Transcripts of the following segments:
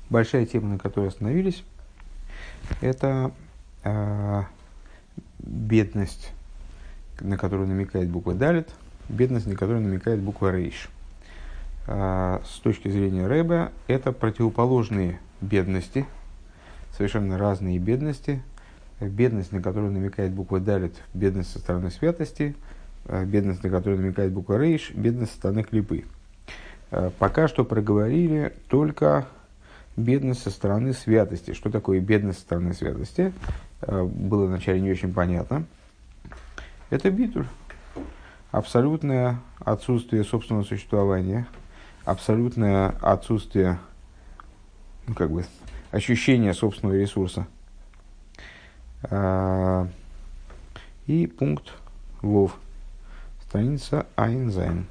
Большая тема, на которой остановились, это бедность, на которую намекает буква Далет, бедность, на которую намекает буква Рейш. С точки зрения Ребе, это противоположные бедности, совершенно разные бедности. Бедность, на которую намекает буква Далет, бедность со стороны святости, бедность, на которую намекает буква Рейш, бедность со стороны клипы. Пока что проговорили только бедность со стороны святости. Что такое бедность со стороны святости? Было вначале не очень понятно. Это битуль. Абсолютное отсутствие собственного существования, абсолютное отсутствие ощущения собственного ресурса. И пункт Вов. Страница Айнзайн.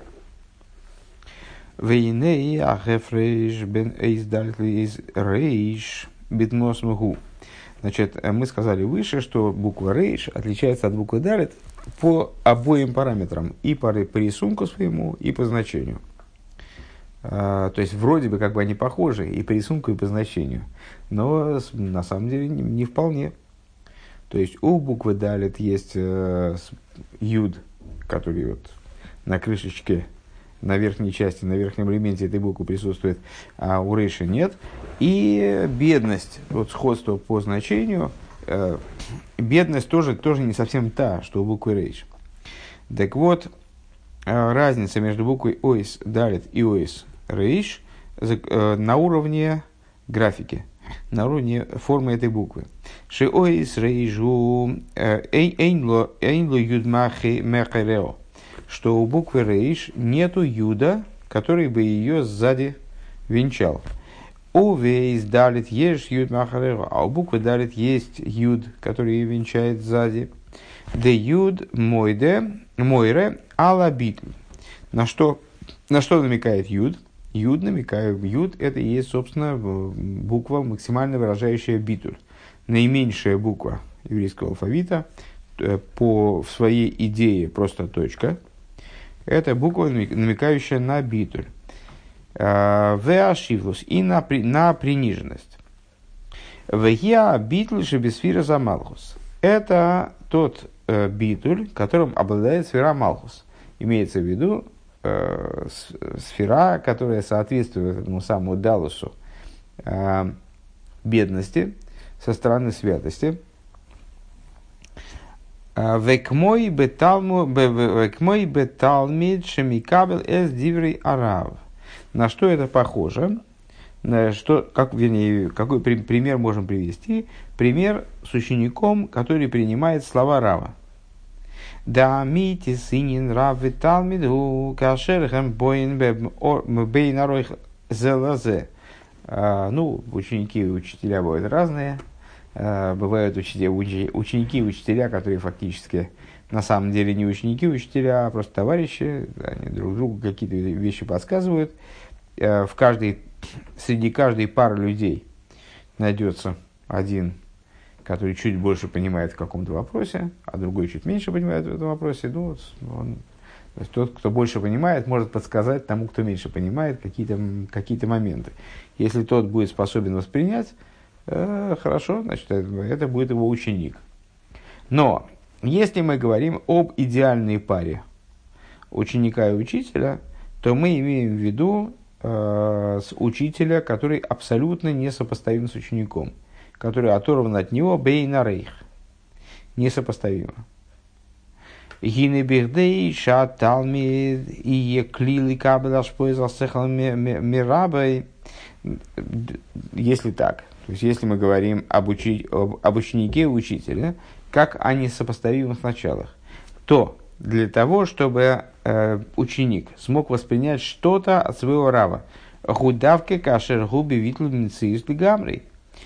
Вейней ахефрейш бен эйздальтли из рейш битнос мгу. Значит, мы сказали выше, что буква рейш отличается от буквы далит по обоим параметрам, и по рисунку своему, и по значению. То есть, вроде бы как бы они похожи и по рисунку, и по значению, но на самом деле не вполне. То есть, у буквы далит есть юд, который вот на крышечке, на верхней части, на верхнем элементе этой буквы присутствует, а у рейша нет. И бедность, вот сходство по значению, бедность тоже не совсем та, что у буквы рейш. Так вот, разница между буквой ойс далит и ойс рейш на уровне графики, на уровне формы этой буквы. Ши ойс рейжу эйнло юдмахи мехерео. Что у буквы рейш нету юда, который бы ее сзади венчал. У вейс далит еш юд махареро, а у буквы далит есть юд, который ее венчает сзади. Де юд мойре ала битл. На что намекает юд? Юд это и есть, собственно, буква, максимально выражающая битуль. Наименьшая буква еврейского алфавита в своей идее просто точка. Это буква, намекающая на битуль. Веашивлус и на приниженность. Вея битуль шебесфира за малхус. Это тот битуль, которым обладает сфера малхус. Имеется в виду сфера, которая соответствует этому самому далусу бедности со стороны святости. Векмой беталмид шемикабел эс диврей арав. На что это похоже? Какой пример можем привести? Пример с учеником, который принимает слова Рава. Да мити синин рав виталмиду кашерхем боин бейнаройх зелазе. Ну, ученики и учителя бывают разные. Бывают ученики и учителя, которые фактически на самом деле не ученики и учителя, а просто товарищи, они друг другу какие-то вещи подсказывают. Среди каждой пары людей найдется один, который чуть больше понимает в каком-то вопросе, а другой чуть меньше понимает в этом вопросе. То есть тот, кто больше понимает, может подсказать тому, кто меньше понимает, какие-то моменты. Если тот будет способен воспринять, хорошо, значит, это будет его ученик. Но если мы говорим об идеальной паре ученика и учителя, то мы имеем в виду учителя, который абсолютно несопоставим с учеником, который оторван от него бейнарейх, несопоставимо. Гинебихдей шаталмид и еклили кабелаш поизал сехал мирабай. Если так, то есть если мы говорим об ученике и учителе, как они сопоставимы в началах, то для того, чтобы ученик смог воспринять что-то от своего рава, гудавке кашер губи витл мициис лигамрей.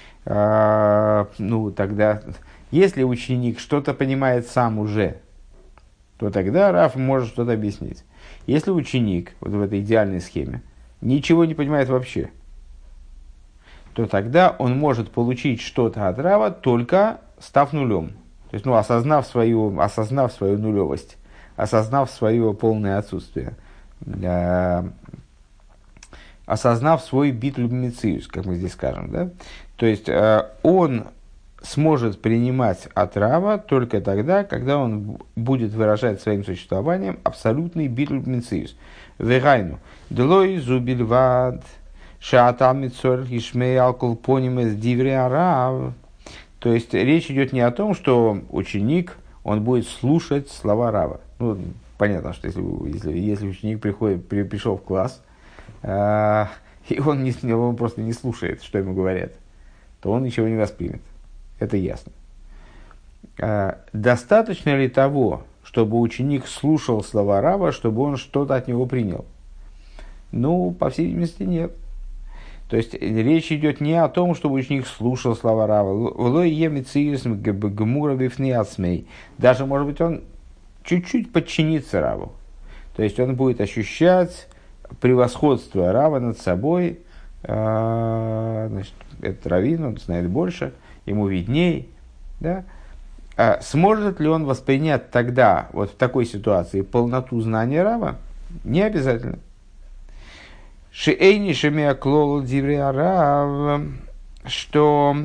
Ну, тогда, если ученик что-то понимает сам уже, то тогда рав может что-то объяснить. Если ученик, вот в этой идеальной схеме, ничего не понимает вообще, то тогда он может получить что-то от рава, только став нулем. То есть, осознав свою нулевость, осознав свое полное отсутствие. осознав свой битуль мециус, как мы здесь скажем. Да? То есть он сможет принимать от Рава только тогда, когда он будет выражать своим существованием абсолютный битуль мециус. Вегайну. Делой зубильвад. Шаатам мицор ишмей алкол понимес дивре Рав. То есть речь идет не о том, что ученик, он будет слушать слова Рава. Ну, понятно, что если ученик пришел в класс, и он просто не слушает, что ему говорят, то он ничего не воспримет. Это ясно. Достаточно ли того, чтобы ученик слушал слова Рава, чтобы он что-то от него принял? Ну, по всей видимости, нет. То есть речь идет не о том, чтобы ученик слушал слова Рава. Даже, может быть, он чуть-чуть подчинится Раву. То есть он будет ощущать превосходство Рава над собой. Значит, этот раввин, он знает больше, ему видней. Да? Сможет ли он воспринять тогда, вот в такой ситуации, полноту знания Рава? Не обязательно. Шеэйни шемея клол диврея Рав, что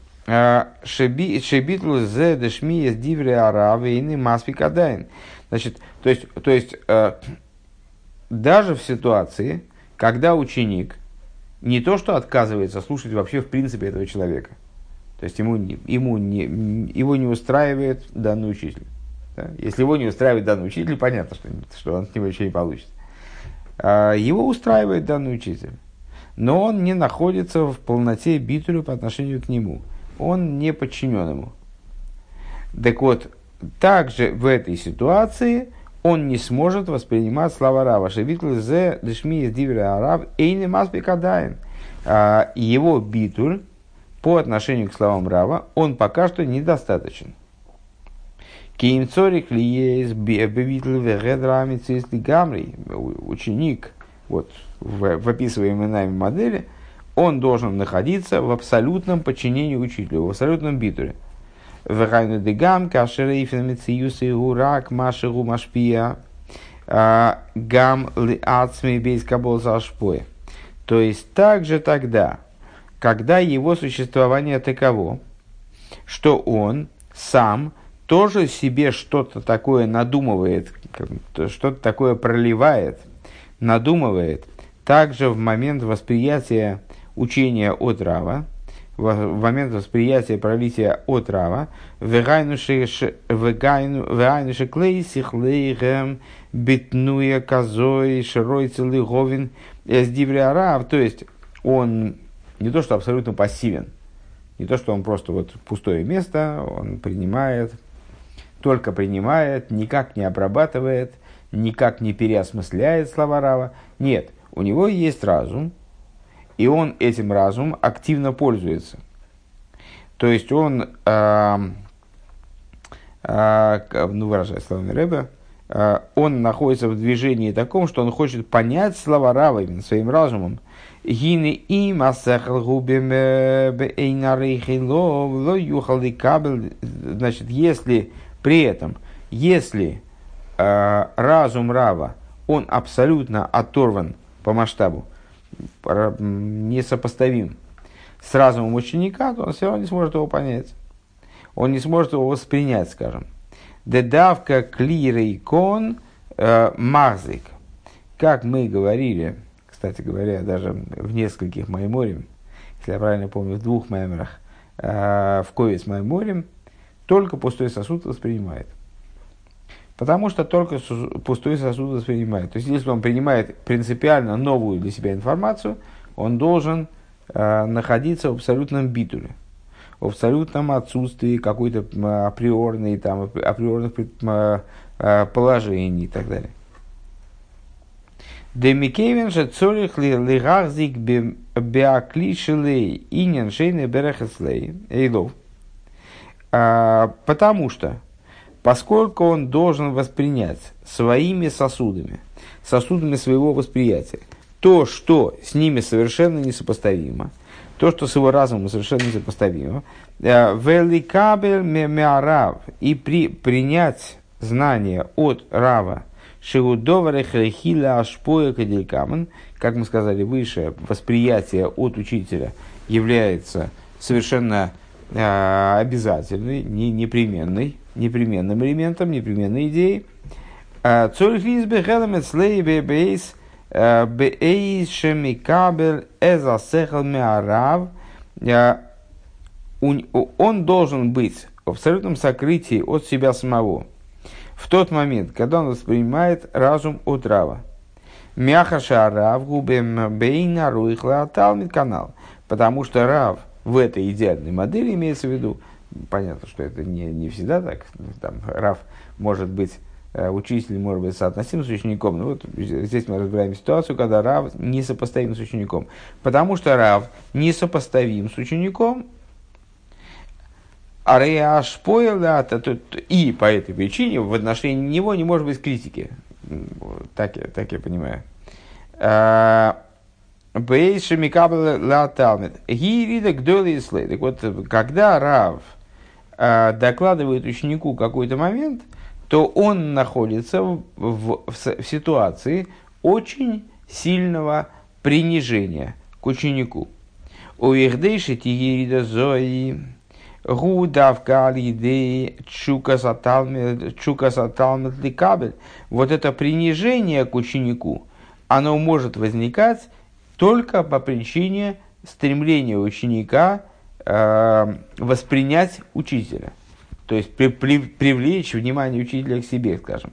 шебитлу зе дешмия диврея Рав и не маспикадайн. Значит, то есть даже в ситуации, когда ученик не то что отказывается слушать вообще в принципе этого человека, то есть его не устраивает данный учитель. Да? Если его не устраивает данный учитель, понятно, что он от него ничего не получит. Его устраивает данный учитель, но он не находится в полноте битулю по отношению к нему. Он не подчинен ему. Так вот, также в этой ситуации он не сможет воспринимать слова Рава. Шебитль зе дешми из дивера араб эйни маспикадаем. Его битуль по отношению к словам Рава, он пока что недостаточен. Ученик вот, в описываемой нами модели, он должен находиться в абсолютном подчинении учителю, в абсолютном битуле. То есть также тогда, когда его существование таково, что он сам тоже себе что-то такое надумывает, что-то такое проливает, надумывает, также в момент восприятия учения от Рава, в момент восприятия пролития от Рава, то есть он не то, что абсолютно пассивен, не то, что он просто вот пустое место, он принимает, только принимает, никак не обрабатывает, никак не переосмысляет слова Рава. Нет, у него есть разум, и он этим разумом активно пользуется. То есть он, выражая словами Ребе, он находится в движении таком, что он хочет понять слова Рава именно своим разумом. Значит, если при этом, разум Рава, он абсолютно оторван по масштабу, несопоставим с разумом ученика, то он все равно не сможет его понять. Он не сможет его воспринять, скажем. Дедавка клирей кон махзик. Как мы говорили, кстати говоря, даже в нескольких майморим, если я правильно помню, в 2 майморах, в Ковец майморим, только пустой сосуд воспринимает. Потому что только пустой сосуд воспринимает. То есть, если он принимает принципиально новую для себя информацию, он должен находиться в абсолютном битуле, в абсолютном отсутствии какой-то априорных положений и так далее. Демикевен же цорих лигахзик беаклишелей иньян шейны берехеслей эйлов. Потому что, поскольку он должен воспринять своими сосудами своего восприятия, то, что с ними совершенно несопоставимо, то, что с его разумом совершенно несопоставимо, великабель меарав, и принять знание от Рава, Шиудовары хрехила ашпоя кадилькамен. Как мы сказали выше, восприятие от учителя является совершенно обязательной, непременным элементом, непременной идеей. Цорих лизбе хелемет слейбе бейс бейс шемикабель эзасехал меарав. Он должен быть в абсолютном сокрытии от себя самого в тот момент, когда он воспринимает разум от Рава. Мяхаша Рав губем бейна руихла талмид канал. Потому что Рав в этой идеальной модели имеется в виду, понятно, что это не всегда так, там, Рав может быть учитель, может быть соотносим с учеником. Но вот здесь мы разбираем ситуацию, когда Рав несопоставим с учеником. Потому что Рав несопоставим с учеником, и по этой причине в отношении него не может быть критики. Так я понимаю. Так вот, когда Рав докладывает ученику какой-то момент, то он находится в ситуации очень сильного принижения к ученику. Вот это принижение к ученику, оно может возникать только по причине стремления ученика воспринять учителя. То есть привлечь внимание учителя к себе, скажем.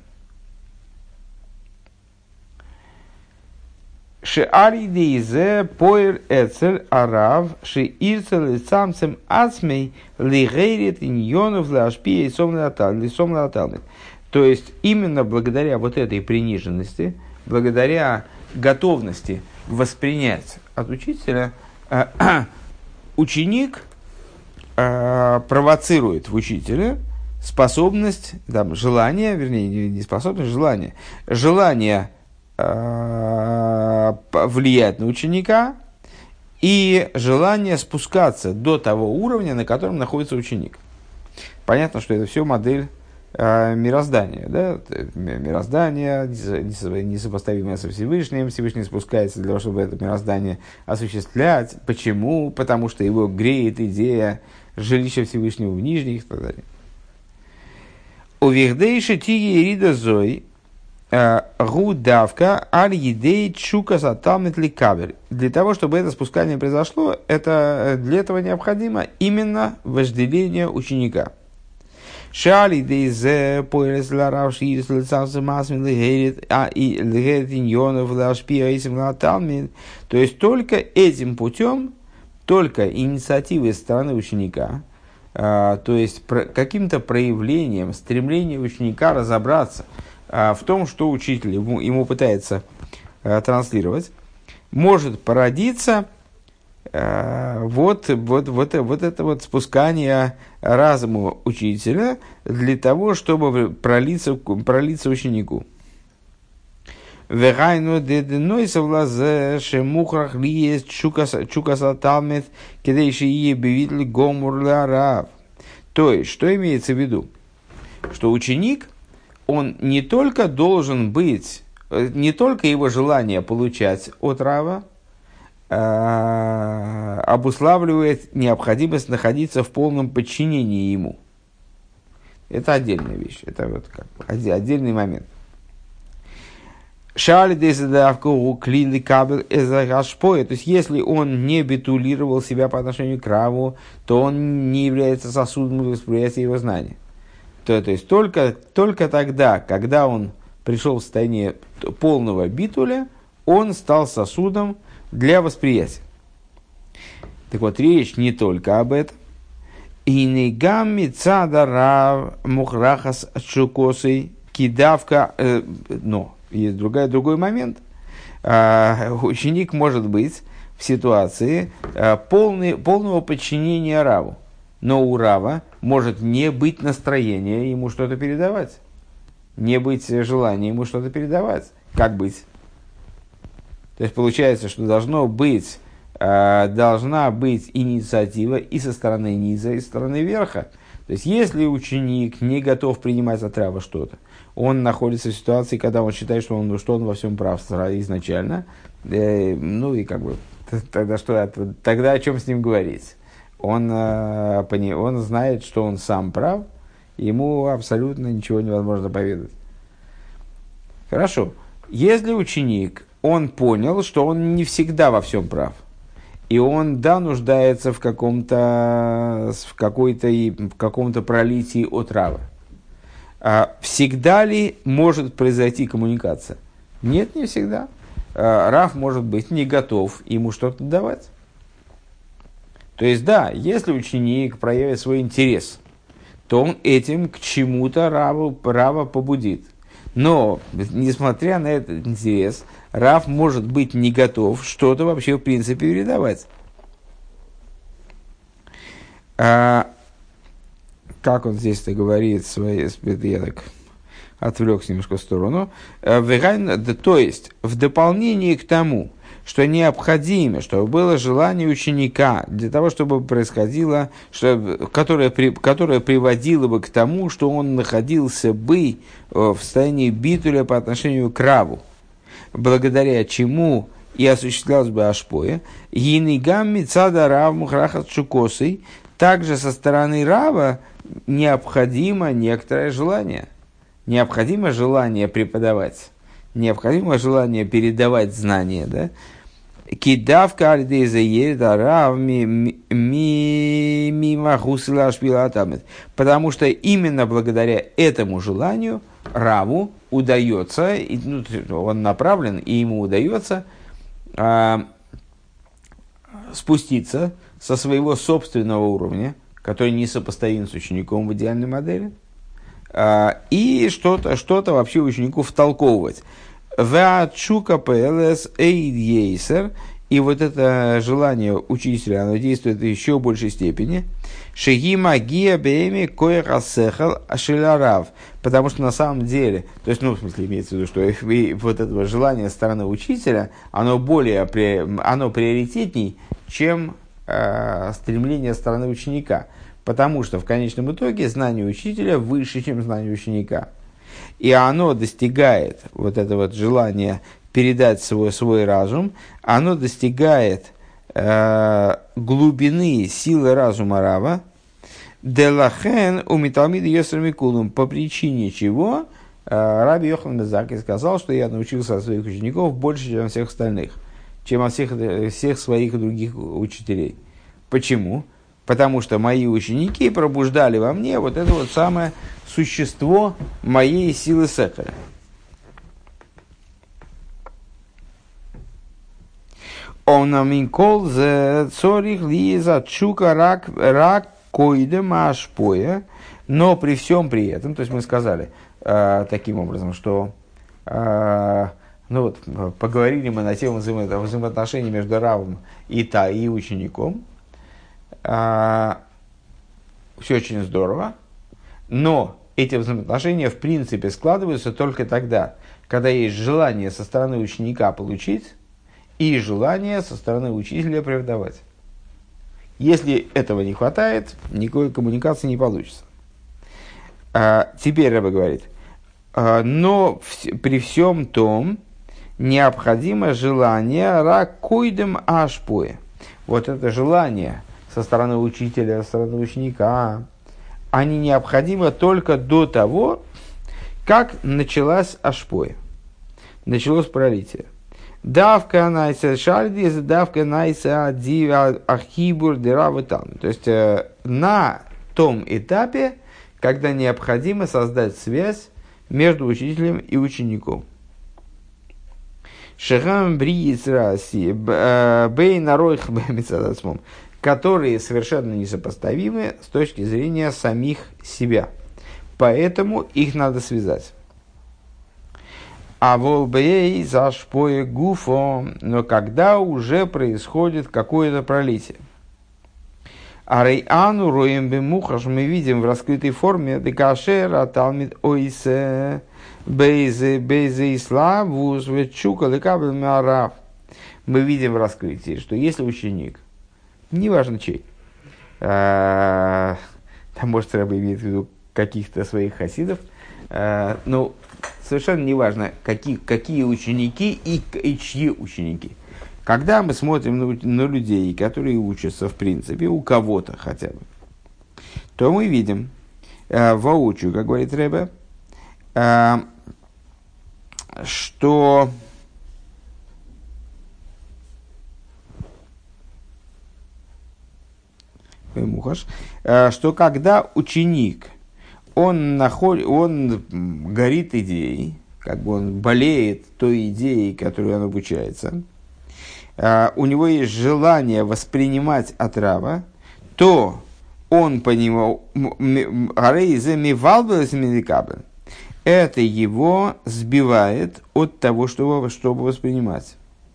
Шеаридейзе поэр эцель арав шеирцел самцем ацмей лигерит иньонов лашпи и сомлаталмит. То есть именно благодаря вот этой приниженности, благодаря готовности воспринять от учителя, ученик провоцирует в учителе способность, там, желание, вернее, не способность, желание влиять на ученика и желание спускаться до того уровня, на котором находится ученик. Понятно, что это все модель мироздания. Да? Мироздание несопоставимое со Всевышним. Всевышний спускается для того, чтобы это мироздание осуществлять. Почему? Потому что его греет идея жилища Всевышнего в нижних и так далее. У вихдейши тиги ирида зой гудавка аль едей чука сатамет ликабель. Для того, чтобы это спускание произошло, для этого необходимо именно вожделение ученика. Шали дейзе поэрес ларавши ирис лицансы масми легерит, а и легерит иньонов лашпи аисим латалмин. То есть только этим путем, только инициативой со стороны ученика, то есть каким-то проявлением, стремлением ученика разобраться в том, что учитель ему пытается транслировать, может породиться вот это вот спускание разума учителя для того, чтобы пролиться ученику. То есть, что имеется в виду? Что ученик, он не только должен быть, не только его желание получать от Рава обуславливает необходимость находиться в полном подчинении ему. Это отдельная вещь, это вот как бы отдельный момент. То есть, если он не битулировал себя по отношению к Раву, то он не является сосудом для восприятия его знания. То есть, только тогда, когда он пришел в состояние полного битуля, он стал сосудом для восприятия. Так вот, речь не только об этом. И негамми цадарав мухрахас чукосой кидавка, но есть другой момент. Ученик может быть в ситуации полного подчинения Раву. Но у Рава может не быть настроения ему что-то передавать. Не быть желания ему что-то передавать. Как быть? То есть получается, что должна быть инициатива и со стороны низа, и со стороны верха. То есть, если ученик не готов принимать от Рава что-то, он находится в ситуации, когда он считает, что он во всем прав изначально, ну и как бы, тогда о чем с ним говорить? Он знает, что он сам прав, ему абсолютно ничего невозможно поведать. Хорошо. Если ученик, он понял, что он не всегда во всем прав, и он, да, нуждается в каком-то пролитии от Рава, всегда ли может произойти коммуникация? Нет, не всегда. Рав может быть не готов ему что-то давать. То есть, да, если ученик проявит свой интерес, то он этим к чему-то Рава побудит. Но, несмотря на этот интерес, Рав может быть не готов что-то вообще в принципе передавать. Как он здесь-то говорит, я так отвлекся немножко в сторону. То есть, в дополнение к тому, что необходимо, чтобы было желание ученика для того, чтобы происходило, которое приводило бы к тому, что он находился бы в состоянии битуля по отношению к Раву, благодаря чему и осуществлялось бы ашпоя, гинигам мицада рав мухрахат шукосой, также со стороны Рава необходимо некоторое желание. Необходимо желание преподавать, необходимо желание передавать знания, да? Кидавка альдеза ердарав мимо хусила шпилатамет. Потому что именно благодаря этому желанию Раву удается, он направлен, и ему удается спуститься со своего собственного уровня, который несопоставим с учеником в идеальной модели, и что-то вообще ученику втолковывать. И вот это желание учителя, оно действует в еще большей степени. Потому что на самом деле, то есть, в смысле, имеется в виду, что вот это желание стороны учителя, оно приоритетней, чем стремление стороны ученика. Потому что в конечном итоге знание учителя выше, чем знание ученика. И оно достигает, вот это вот желание передать свой разум, оно достигает глубины силы разума Рава, делахен у миталмида йосер микулум, по причине чего Раби Йоханан бен Заккай сказал, что я научился от своих учеников больше, чем от всех остальных, чем от всех своих других учителей. Почему? Потому что мои ученики пробуждали во мне вот это вот самое существо моей силы сехера. Он наминкол за цорих ли за чука рак койдем ашпоя, но при всем при этом, то есть мы сказали таким образом, что поговорили мы на тему взаимоотношений между Равом и учеником. Все очень здорово, но эти взаимоотношения в принципе складываются только тогда, когда есть желание со стороны ученика получить и желание со стороны учителя преподавать. Если этого не хватает, никакой коммуникации не получится. Теперь Ребе говорит, но при всем том необходимо желание ракуйдем ашпоя. Вот это желание со стороны учителя, со стороны ученика, они необходимы только до того, как началась ашпоя, началось пролитие. Давка найса шальдис, давка найса ахибур дерава там. То есть на том этапе, когда необходимо создать связь между учителем и учеником. Шехам бриис раси бейн аройх бэмицадацмом, которые совершенно несопоставимы с точки зрения самих себя. Поэтому их надо связать. А волбей зашпое гуфо, но когда уже происходит какое-то пролитие. А рейану роем бемухаш мы видим в раскрытой форме декашера талмид ойсе бейзе исла вуз ветчука лекабель мярав. Мы видим в раскрытии, что если ученик, неважно чей, там, может, Рэбе имеет в виду каких-то своих хасидов, но совершенно неважно, какие ученики и чьи ученики. Когда мы смотрим на людей, которые учатся, в принципе, у кого-то хотя бы, то мы видим воочию, как говорит Рэбе, что когда ученик, он горит идеей, как бы он болеет той идеей, которой он обучается, у него есть желание воспринимать от Рава, то он понимал, это его сбивает от того, чтобы воспринимать.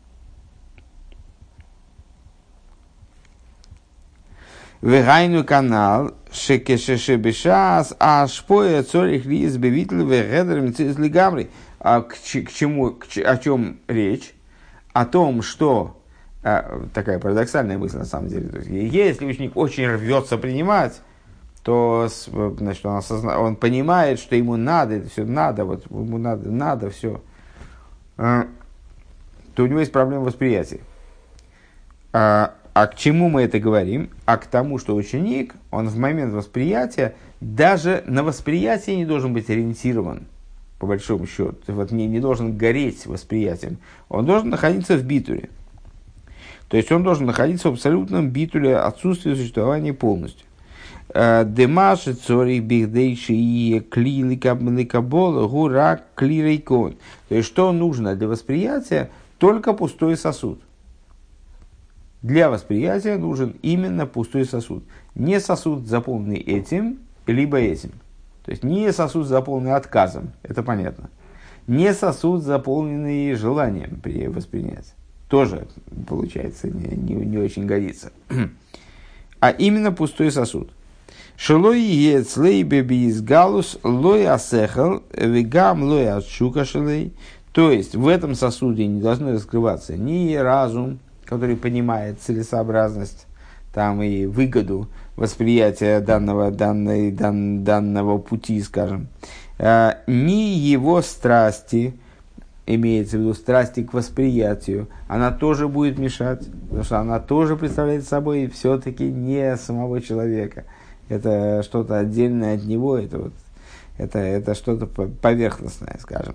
Вегайну канал шекешешебешас ашпоя цорих лиз бевитл вегедерм цизли гамри. О чем речь? О том, что такая парадоксальная мысль на самом деле. То есть, если ученик очень рвется принимать, то значит, он понимает, что ему надо, это все надо, вот ему надо все, то у него есть проблема восприятия. А к чему мы это говорим? А к тому, что ученик, он в момент восприятия даже на восприятие не должен быть ориентирован, по большому счету. Вот не должен гореть восприятием. Он должен находиться в битуре. То есть он должен находиться в абсолютном битуле, отсутствия существования полностью. Демаши цори бихдейши и клили кабла гура клирейкон. То есть что нужно для восприятия? Только пустой сосуд. Для восприятия нужен именно пустой сосуд. Не сосуд, заполненный этим, либо этим. То есть не сосуд, заполненный отказом, это понятно. Не сосуд, заполненный желанием воспринять. Тоже, получается, не очень годится. А именно пустой сосуд. Шелой ецлей бебиз галус лой асехал вегам лой отшука шелей. То есть в этом сосуде не должно раскрываться ни разум, который понимает целесообразность там, и выгоду восприятия данного пути, скажем, ни его страсти, имеется в виду страсти к восприятию, она тоже будет мешать, потому что она тоже представляет собой все-таки не самого человека. Это что-то отдельное от него, это что-то поверхностное, скажем.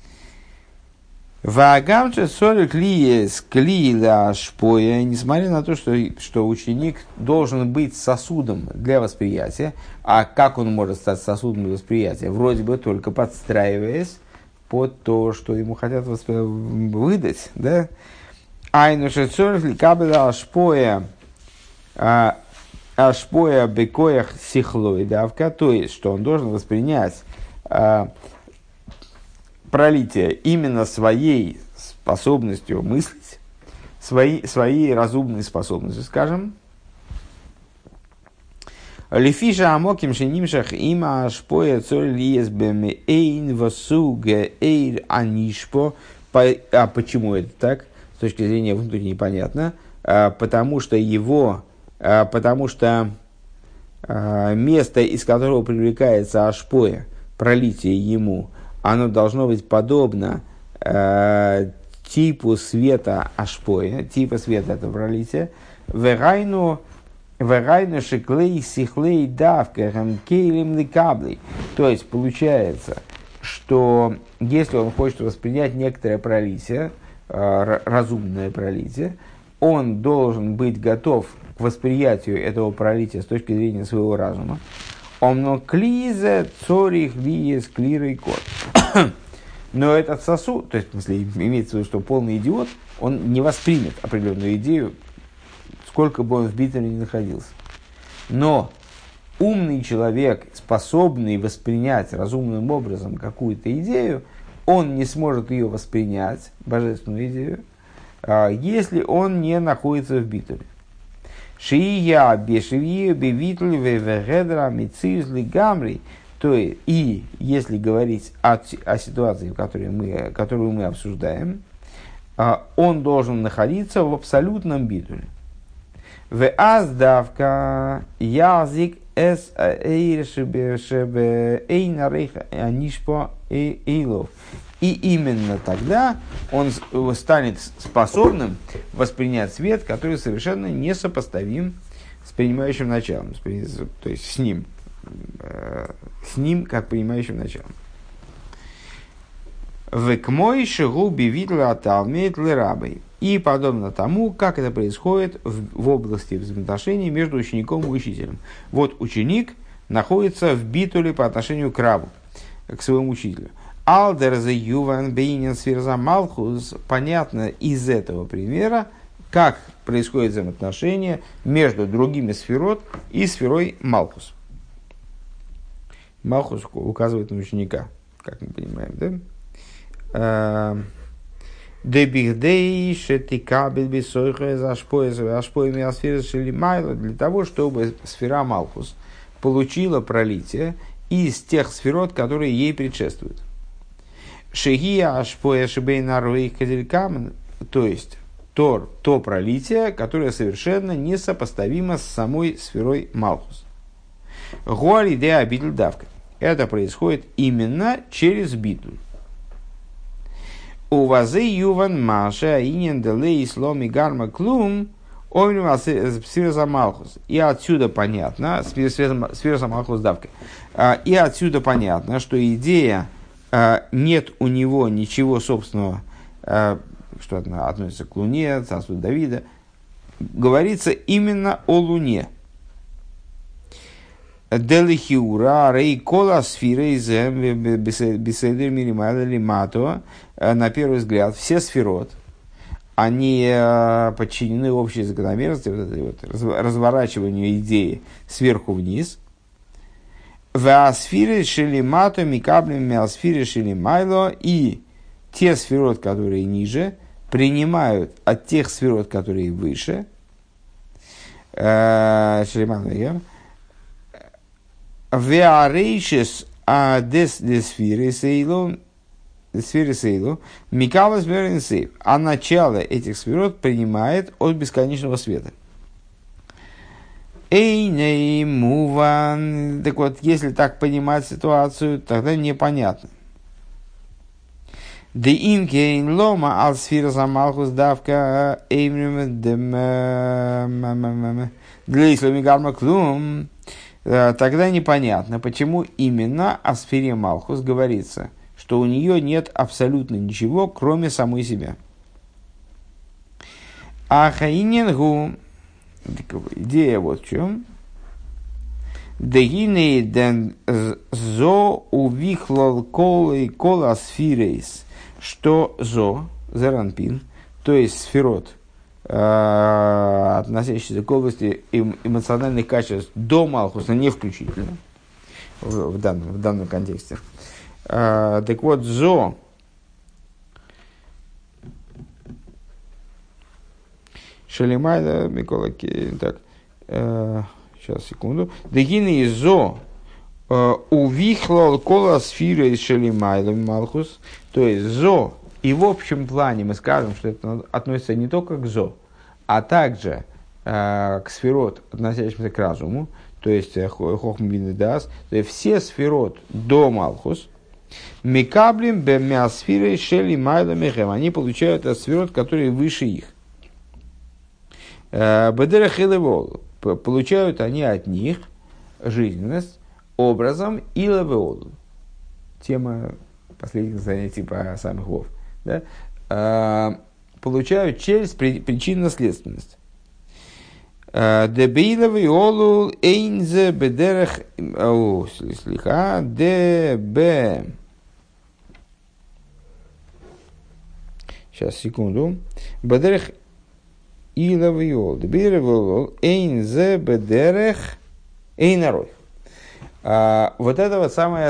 Ваагамче сорок лиес клиила шпоя, несмотря на то, что ученик должен быть сосудом для восприятия, а как он может стать сосудом для восприятия? Вроде бы только подстраиваясь под то, что ему хотят выдать, да? Айнуше сорок ликабела шпоя бекоях сихлой давка, то есть, что он должен воспринять пролитие именно своей способностью мыслить, своей разумной способностью, скажем. Лифиша амоким шенимшах има ашпоя цоль лиес бэми эйн васуге эйр анишпо. А почему это так? С точки зрения внутренней понятно. Потому что место, из которого привлекается ашпоя, пролитие ему, оно должно быть подобно типу света ашпоя, типа света это пролитие, верайну шиклей сихлей давка гемкейлем ликаблей. То есть получается, что если он хочет воспринять некоторое пролитие, разумное пролитие, он должен быть готов к восприятию этого пролития с точки зрения своего разума. Но этот сосуд, то есть, в смысле, имеется в виду, что полный идиот, он не воспримет определенную идею, сколько бы он в битве ни находился. Но умный человек, способный воспринять разумным образом какую-то идею, он не сможет ее воспринять, божественную идею, если он не находится в битве. Шия бешевия бевитль вевегедра мицизли гамри. То есть, и если говорить о ситуации, которую мы обсуждаем, он должен находиться в абсолютном битуле. В аздавка язик эс эйршебе эйнарейха анишпо эйлов. И именно тогда он станет способным воспринять свет, который совершенно несопоставим с принимающим началом, то есть с ним как принимающим началом. Векмойши губи видла аталмеет лерабой. И подобно тому, как это происходит в области взаимоотношений между учеником и учителем. Вот ученик находится в битуле по отношению к рабу, к своему учителю. Алдерзе юван бейнин сферза малхус. Понятно из этого примера, как происходит взаимоотношение между другими сферот и сферой малхус. Малхус указывает на ученика, как мы понимаем, да? Для того, чтобы сфера Малхус получила пролитие из тех сферот, которые ей предшествуют. То есть то пролитие, которое совершенно несопоставимо с самой сферой Малхус. Это происходит именно через битуль. У вазы юван маша инин делей сломи гарма клум омнива сфера малхус. И отсюда понятно, сфера малхус давка. И отсюда понятно, что идея нет у него ничего собственного, что относится к Луне, царству Давида, говорится именно о Луне. Делихиура рей кола сферы из беседер миримада лимато. На первый взгляд, все сферот, они подчинены общей закономерности, вот этой вот разворачиванию идеи сверху вниз. В сфере шелимато микаблем миасфере шелимайло. И те сферот, которые ниже, принимают от тех сферот, которые выше. Шелимайло. Веарейшес адес десфире сейло. Микалас веренсейв. А начало этих сферот принимает от бесконечного света. Эйней муван. Так вот, если так понимать ситуацию, тогда непонятно. Де имкейн лома ал сфера замалхус давка эймрим для ислами гарма клум. Тогда непонятно, почему именно о сфере Малхус говорится, что у нее нет абсолютно ничего, кроме самой себя. А хаинингу, идея вот в чем. Дегиней ден зо увихлол колы кола сфирейс, что зо, зеранпин, то есть сферот, относящийся к области эмоциональных качеств до Малхуса, не включительно в данном контексте. Так вот, зо Шалимайда Микола так, сейчас, секунду. Дегины зо увихлол кола сфира из Шалимайда Малхус. То есть зо. И в общем плане мы скажем, что это относится не только к зо, а также к сферот, относящимся к разуму, то есть хохм бин дас, то есть все сферот до Малхус, микаблим бемиасфирой шели майла мехем, они получают от сферот, которые выше их. Бедерах илевол, получают они от них жизненность образом илевол. Тема последних занятий по самых вов. Да? Получают через причинно-следственность. Дебеиловый олул эйнзе бедерах слиха дебе. Сейчас, секунду. Бедерах иловый ол. Дебеиловый олул эйнзе бедерах эйнарой. Вот это вот самое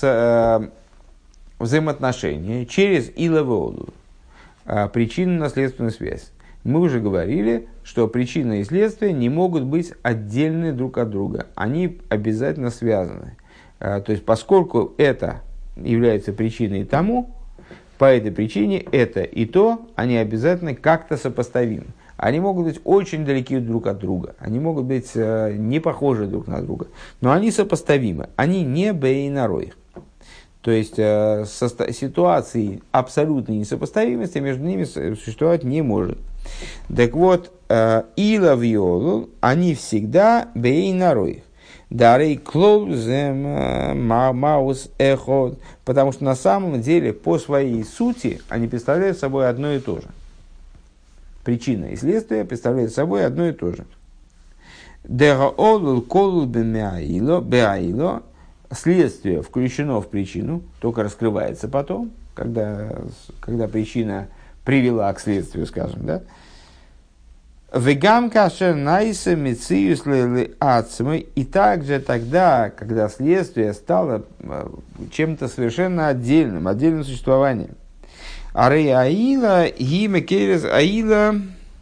взаимоотношение через иловоду, причинно-наследственную связь. Мы уже говорили, что причина и следствие не могут быть отдельны друг от друга. Они обязательно связаны. То есть, поскольку это является причиной тому, по этой причине это и то, они обязательно как-то сопоставимы. Они могут быть очень далеки друг от друга, они могут быть не похожи друг на друга, но они сопоставимы, они не бейнароих. То есть ситуации абсолютной несопоставимости между ними существовать не может. Так вот, ила виолу, они всегда бейнароих. Дарей клоузем маус эход, потому что на самом деле по своей сути они представляют собой одно и то же. Причина и следствие представляют собой одно и то же. Дегаолул колул беаило, следствие включено в причину, только раскрывается потом, когда причина привела к следствию, скажем, да. Вегам кашер найса мециюс лейли ацмы, и также тогда, когда следствие стало чем-то совершенно отдельным существованием. Арей аила гиме керес аила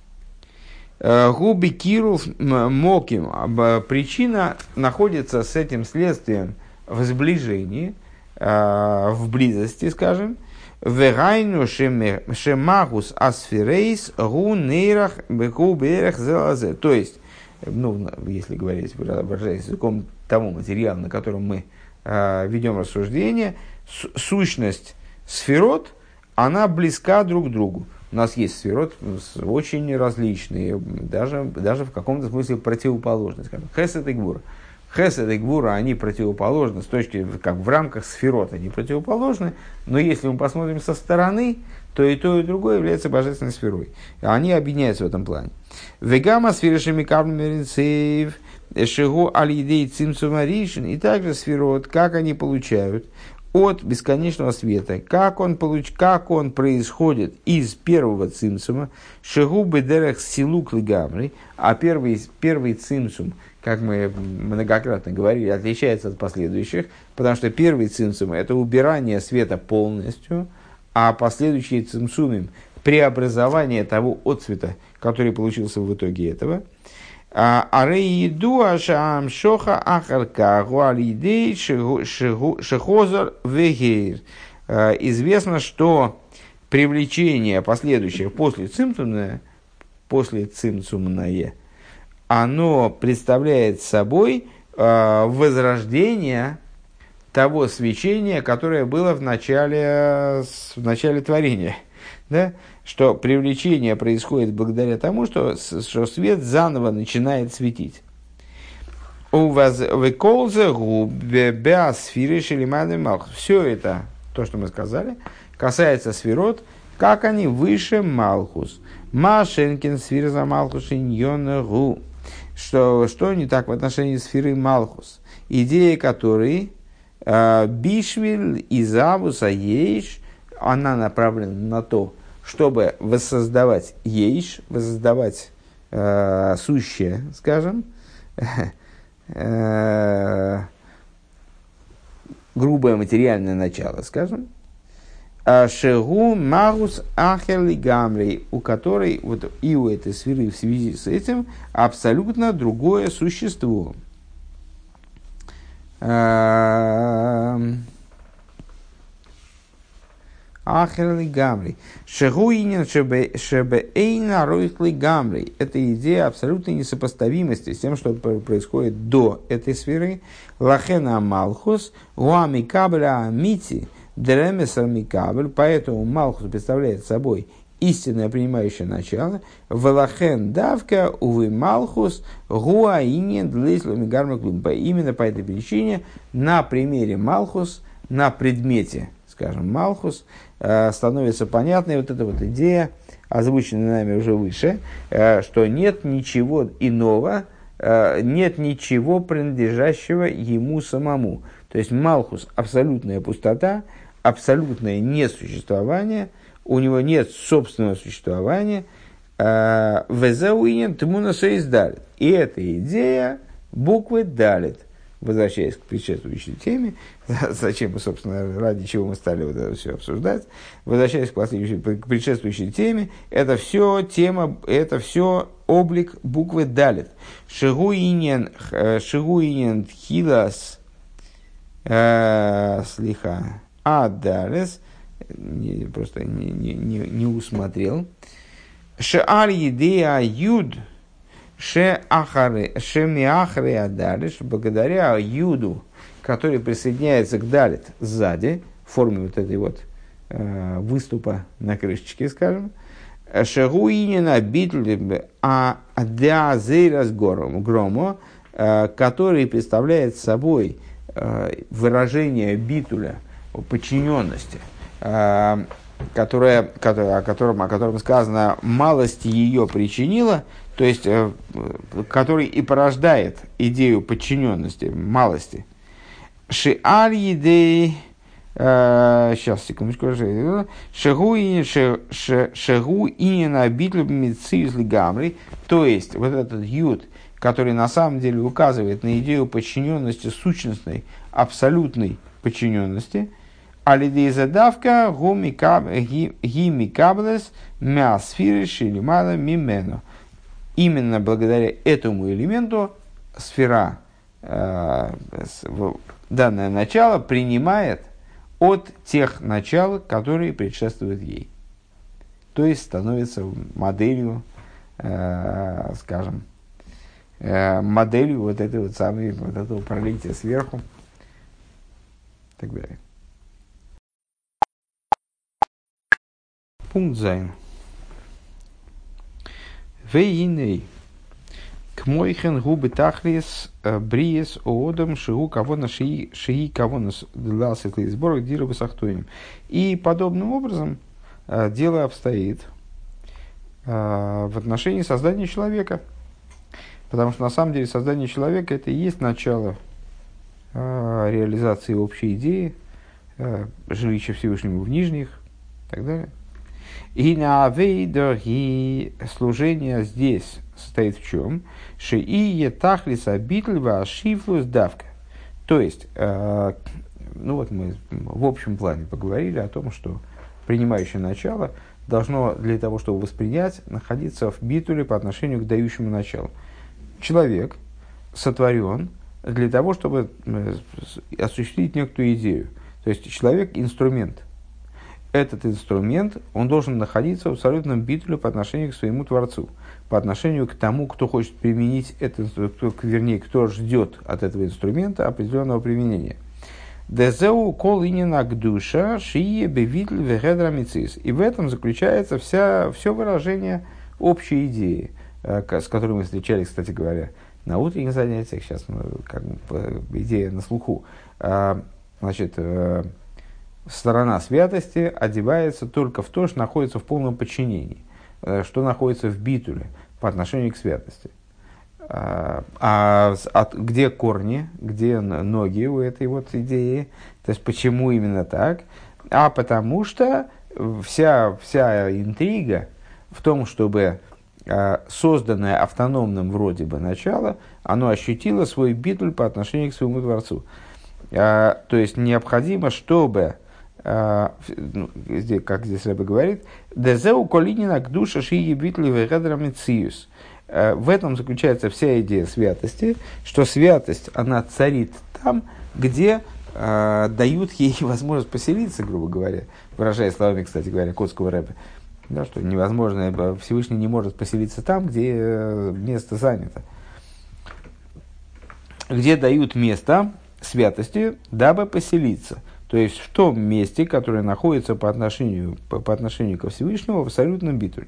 губи киров моким. Причина находится с этим следствием в сближении, в близости, скажем. Вегайну шемагус асфирейс гу нейрах беку берех зелазе. То есть, если говорить, выражаясь языком того материала, на котором мы ведем рассуждение, сущность сферот, она близка друг к другу. У нас есть сферот очень различные, даже в каком-то смысле противоположные. Скажем, хесед и гвура. Хесед и гвура, они противоположны, как в рамках сферот они противоположны, но если мы посмотрим со стороны, то и другое является божественной сферой. Они объединяются в этом плане. Вегама сферишами кавмеринцеев, шигу алидей цимцумаришин, и также сферот, как они получают от бесконечного света, как он происходит из первого цимцума, шигу бедерех силук лигамри, а первый цимцум, как мы многократно говорили, отличается от последующих, потому что первый цимцум – это убирание света полностью, а последующие цимцумим – преобразование того отцвета, который получился в итоге этого. Известно, что привлечение последующее после цимцумное, оно представляет собой возрождение того свечения, которое было в начале творения. Да? Что привлечение происходит благодаря тому, что свет заново начинает светить. Все это, то, что мы сказали, касается сферот, как они выше Малхус. Машенкин сфера за Малхус иньонагу. Что не так в отношении сферы Малхус? Идея которой Бишвиль из Авуса Ейш, она направлена на то, чтобы воссоздавать ейш, воссоздавать сущее, скажем, грубое материальное начало, скажем, шегу магус ахерли гамри, у которой вот и у этой сферы в связи с этим абсолютно другое существо. Ахерли гамри. Шегуинин шебеэйна роихли гамри. Это идея абсолютной несопоставимости с тем, что происходит до этой сферы. Лахена малхус гуами кабля амити дремесар микабль. Поэтому малхус представляет собой истинное принимающее начало. Велахен давка увы малхус гуаинин длислами гармаклум. Именно по этой причине на примере малхус, на предмете, скажем, малхус, становится понятной вот эта вот идея, озвученная нами уже выше, что нет ничего иного, нет ничего принадлежащего ему самому. То есть малхус – абсолютная пустота, абсолютное несуществование, у него нет собственного существования. Везауинен тмуна соиздалит. И эта идея буквы далит. Возвращаясь к предшествующей теме, зачем мы, собственно, ради чего мы стали вот это все обсуждать, возвращаясь к предшествующей теме, это все тема, это все облик буквы далит. Шигуинен тхилас слиха адалес, просто не усмотрел. Шеаль едея юд, ше миахаре адалиш, благодаря юду, который присоединяется к далит сзади, в форме вот этой вот выступа на крышечке, скажем, шагуинина битл адеазейрас громо, который представляет собой выражение битуля, подчиненности, о котором сказано «малость ее причинила», то есть, который и порождает идею подчиненности, малости. Шиаль едей, сейчас, секундочку, шагу и на битлю митциюс лигамри, то есть, вот этот юд, который на самом деле указывает на идею подчиненности сущностной, абсолютной подчиненности, алидейзадавка гимикаблес мясфиры шилимада мимену. Именно благодаря этому элементу сфера, данное начало, принимает от тех начал, которые предшествуют ей. То есть становится моделью, скажем, моделью вот этой вот самой, вот этого пролития сверху и так далее. Пункт зайн. Вейней. К мойхен губы тахлис бриес оодам шигу кавона шии кавона длался к сборах дирабы сахтуем. И подобным образом дело обстоит в отношении создания человека. Потому что на самом деле создание человека это и есть начало реализации общей идеи, жилища Всевышнему в нижних и так далее. И на авейдо и служение здесь состоит в чем? Шиие тахлиса битльва шифлус давка. То есть, ну вот мы в общем плане поговорили о том, что принимающее начало должно для того, чтобы воспринять, находиться в битуле по отношению к дающему началу. Человек сотворен для того, чтобы осуществить некую идею. То есть человек – инструмент. Этот инструмент, он должен находиться в абсолютном битуле по отношению к своему Творцу, по отношению к тому, кто хочет применить этот инструмент, вернее, кто ждет от этого инструмента определенного применения. Дезеу кол инина гдуша шие бевитль вегедра мицис. И в этом заключается все выражение общей идеи, с которой мы встречались, кстати говоря, на утренних занятиях. Сейчас как бы, идея на слуху. Значит, сторона святости одевается только в то, что находится в полном подчинении, что находится в битуле по отношению к святости. Где корни, где ноги у этой вот идеи? То есть, почему именно так? А потому что вся интрига в том, чтобы созданное автономным вроде бы начало, оно ощутило свой битуль по отношению к своему Творцу. То есть, необходимо, чтобы как здесь Рэбе говорит, «Дезеу колинина к душе шии битли вегедра мециюс». В этом заключается вся идея святости, что святость, она царит там, где дают ей возможность поселиться, грубо говоря, выражая словами, кстати говоря, Котского Рэбе, да, что невозможно, Всевышний не может поселиться там, где место занято. Где дают место святости, дабы поселиться. То есть в том месте, которое находится по отношению ко Всевышнему в абсолютном битуле.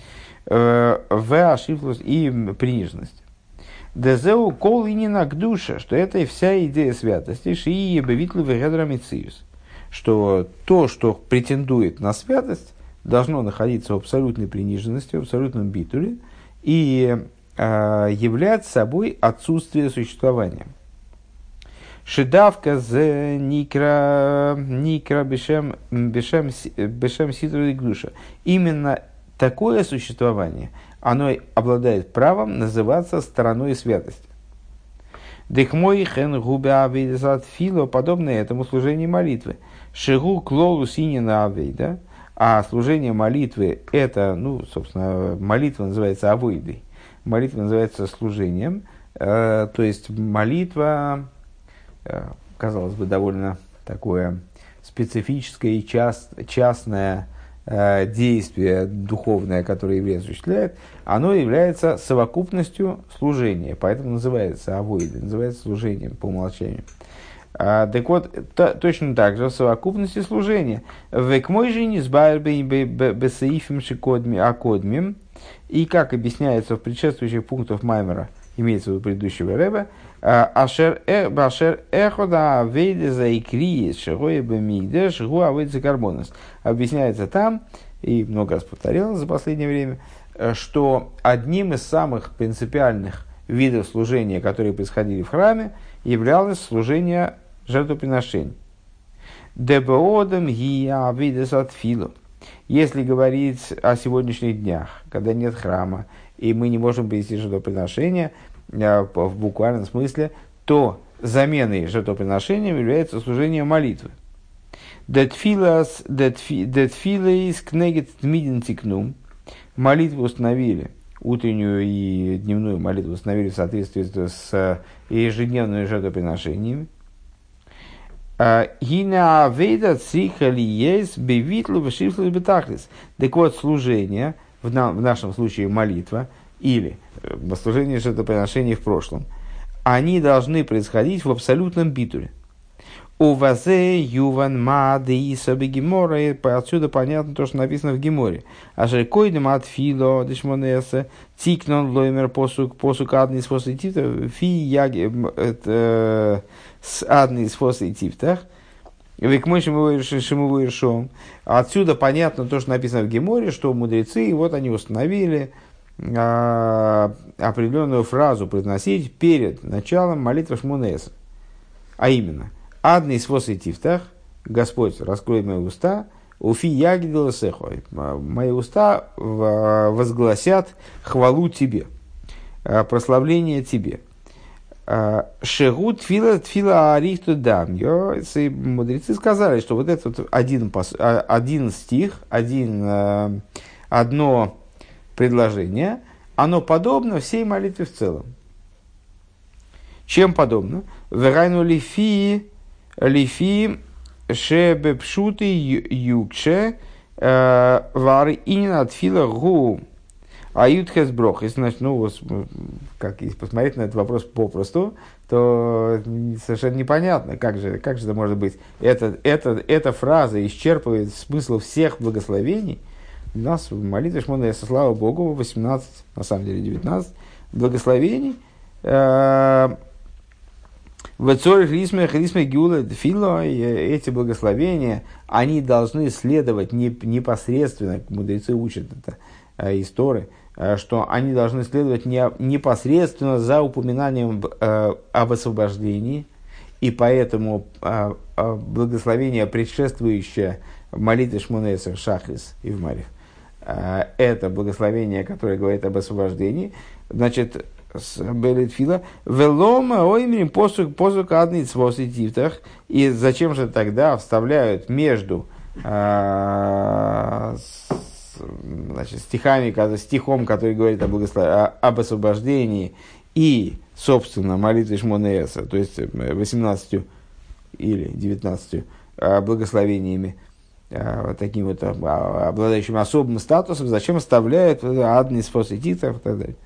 В ашифлус и приниженности. Дезеу кол инина к душе, что это и вся идея святости, шии бевитлу вегедра мициюс. Что то, что претендует на святость, должно находиться в абсолютной приниженности, в абсолютном битуле и являть собой отсутствие существования. Шедавка з никра бешем ситру и гдуша. Именно такое существование, оно обладает правом называться стороной святости. Дехмой хен губя авейдасат фило, подобное этому служению молитвы. Шигу клолу синина авейда, а служение молитвы это, ну, собственно, молитва называется авойдой. Молитва называется служением, то есть молитва, казалось бы, довольно такое специфическое и частное действие духовное, которое еврей осуществляет, оно является совокупностью служения. Поэтому называется авойда, называется служением по умолчанию. Так вот, точно так же в совокупности служения. Век мой же не бесаифим акодмим. И как объясняется в предшествующих пунктах Маймера, имеется в виду предыдущего Ребе, ашер эхода авейда заикриес шигоя бемигдеш шигуа авейда карбонос. Объясняется там, и много раз повторялось за последнее время, что одним из самых принципиальных видов служения, которые происходили в храме, являлось служение жертвоприношений. Дебоодам гия авейдес атфило. Если говорить о сегодняшних днях, когда нет храма, и мы не можем принести жертвоприношения в буквальном смысле, то заменой жертвоприношением является служение молитвы. Молитву установили, утреннюю и дневную молитву установили в соответствии с ежедневными жертвоприношениями. Так вот, служение, в нашем случае молитва, или служение жертвоприношений в прошлом, они должны происходить в абсолютном битуле. Отсюда понятно то, что написано в Геморе. Ашеркойдем от фило дешмонеса тикнон лоймер посук адный с фоситивтах фи яги с адный с фоситивтах. Отсюда понятно то, что написано в Геморе, что мудрецы, вот они установили определенную фразу произносить перед началом молитвы Шмонеса. А именно, «Адный свос и тифтах», Господь, раскрой мои уста, «Уфи ягидела сехо», мои уста возгласят хвалу тебе, прославление тебе. «Шегу тфила арихту дам». Мудрецы сказали, что вот этот вот один стих, одно предложение, оно подобно всей молитве в целом. Чем подобно? Верайну лифи шебепшуты юкше вары инин атфила гу аютхес брох. Если, значит, если посмотреть на этот вопрос попросту, то совершенно непонятно, как же это может быть. Эта фраза исчерпывает смысл всех благословений. У нас в молитве Шмонеса, слава Богу, 18, на самом деле 19 благословений. Эти благословения, они должны следовать непосредственно, мудрецы учат это из Торы, что они должны следовать непосредственно за упоминанием об освобождении, и поэтому благословение, предшествующее молитве Шмонеса, Шахрис и в Марих, это благословение, которое говорит об освобождении, значит, Белитфила, велома оймрим посук адный цвоситивтах. И зачем же тогда вставляют между стихом, который говорит об освобождении, и, собственно, молитвой Шмонеса, то есть 18 или 19 благословениями, таким вот обладающим особым статусом, зачем вставляют адный цвоситивтах и так далее.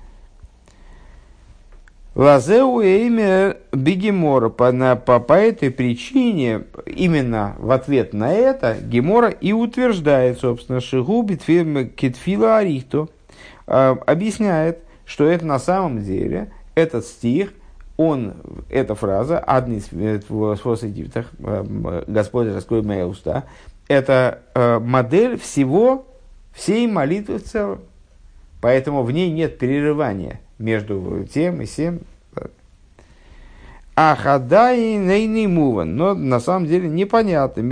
Лазеу имя Бегемора. По этой причине, именно в ответ на это, Гемора и утверждает, собственно, Шигу Китфила Арихто, объясняет, что это на самом деле, этот стих, эта фраза, «Адный своситивтах», «Господь, раскрой мои уста», это модель всей молитвы в целом. Поэтому в ней нет перерывания между тем и сем. Ахадай нейный муван. Но на самом деле непонятно.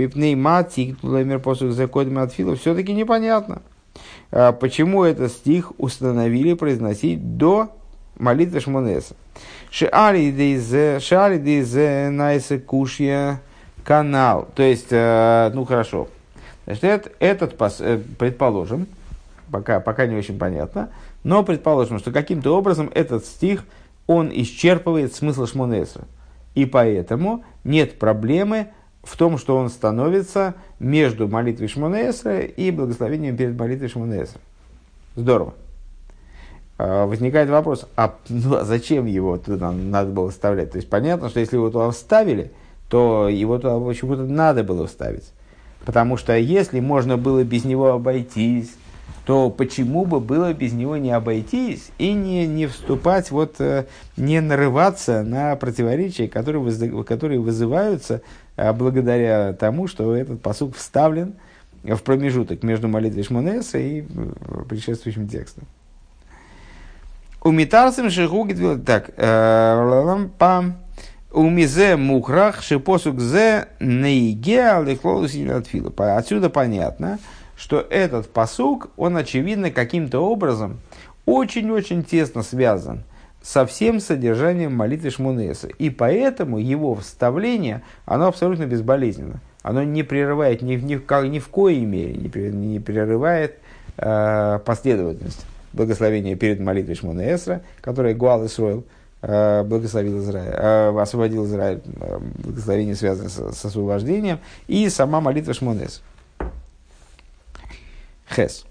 Все-таки непонятно. Почему этот стих установили произносить до молитвы Шмонеса. Шиари дизе найсе кушья канал. То есть, хорошо. Значит, предположим, пока не очень понятно, но предположим, что каким-то образом этот стих, он исчерпывает смысл Шмонеса. И поэтому нет проблемы в том, что он становится между молитвой Шмона Эсра и благословением перед молитвой Шмона Эсра. Здорово. Возникает вопрос, а зачем его туда надо было вставлять? То есть понятно, что если его туда вставили, то его туда почему-то надо было вставить. Потому что если можно было без него обойтись, то почему бы было без него не обойтись и не вступать, не нарываться на противоречия, которые вызываются благодаря тому, что этот пасук вставлен в промежуток между молитвой Шмона Эсра и предшествующим текстом. У митарцем шигугит так пам умизе мухрах шипосук зе нейге алихлолус илатфила. Отсюда понятно, что этот пасук, он очевидно каким-то образом очень-очень тесно связан со всем содержанием молитвы Шмона Эсра. И поэтому его вставление, оно абсолютно безболезненно. Оно не прерывает ни в коей мере, не прерывает последовательность благословения перед молитвой Шмона Эсра, которое Гуал Исроэл благословил Израиль, освободил Израиль, благословение связано с освобождением, и сама молитва Шмона Эсра. Хес.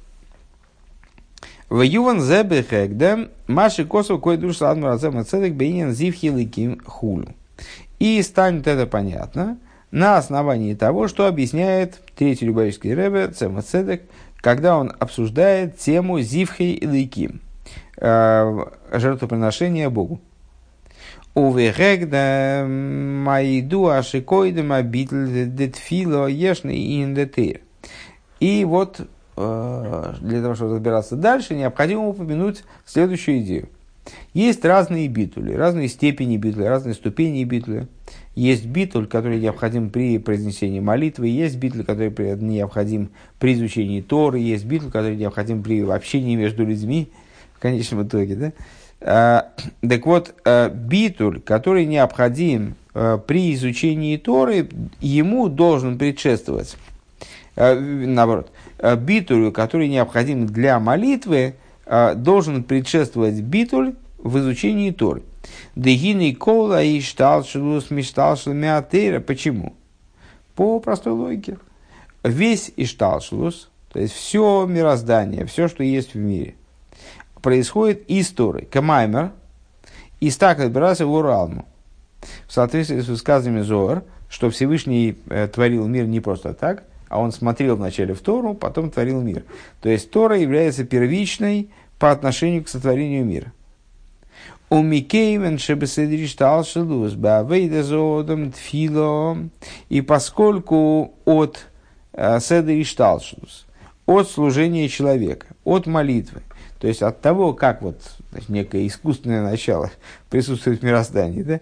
В Юван Зебехэгда Маши Косов кой душ садмуразем цедек бейнин зивхиликим хулю. И станет это понятно на основании того, что объясняет третий любавический ребе Цема Цедек, когда он обсуждает тему зивхи иликим, жертвоприношения Богу. Увехэгда майду ашикойдем обитель детфило ешный индетир. И вот для того, чтобы разбираться дальше, необходимо упомянуть следующую идею. Есть разные битули, разные степени битули, разные ступени битули. Есть битуль, который необходим при произнесении молитвы, есть битуль, который необходим при изучении Торы, есть битуль, который необходим при общении между людьми, в конечном итоге. Да? Так вот, битуль, который необходим при изучении Торы, ему должен предшествовать, наоборот, битулю, который необходим для молитвы, должен предшествовать битуль в изучении Торы. Дегины кола и шталшилус мишталшилмиатера. Почему? По простой логике. Весь ишталшилус, то есть все мироздание, все, что есть в мире, происходит из Торы. Камаймер, из так отбирался в Уралму. В соответствии с высказыванием Зоар, что Всевышний творил мир не просто так, а он смотрел вначале в Тору, потом творил мир. То есть Тора является первичной по отношению к сотворению мира. И поскольку от седришталшус, от служения человека, от молитвы, то есть от того, как некое искусственное начало присутствует в мироздании,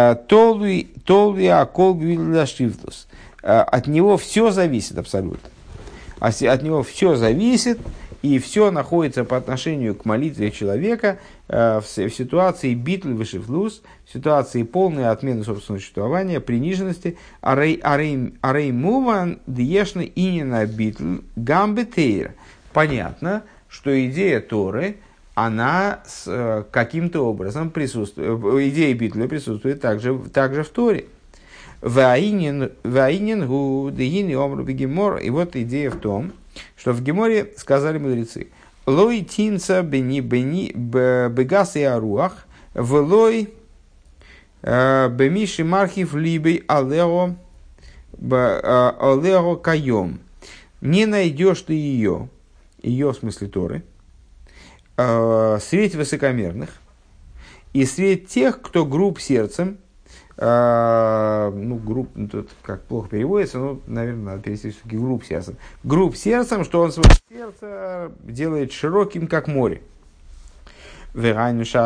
от него все зависит абсолютно. От него все зависит, и все находится по отношению к молитве человека в ситуации битль вышифлус, в ситуации полной отмены собственного существования, приниженности. Арей муван диешна инина битль гамбетейр. Понятно, что идея Торы, она каким-то образом присутствует, идея битля присутствует также в Торе. И вот идея в том, что в Геморе сказали мудрецы: «Лой тинца бени бегас и аруах, влой бемиши мархив либей алео кайом». Не найдешь ты ее в смысле Торы, средь высокомерных и средь тех, кто груб сердцем. Груб, тут как плохо переводится, наверное, надо перевести все-таки груб сердцем. Груб сердцем, что он свое сердце делает широким, как море. Что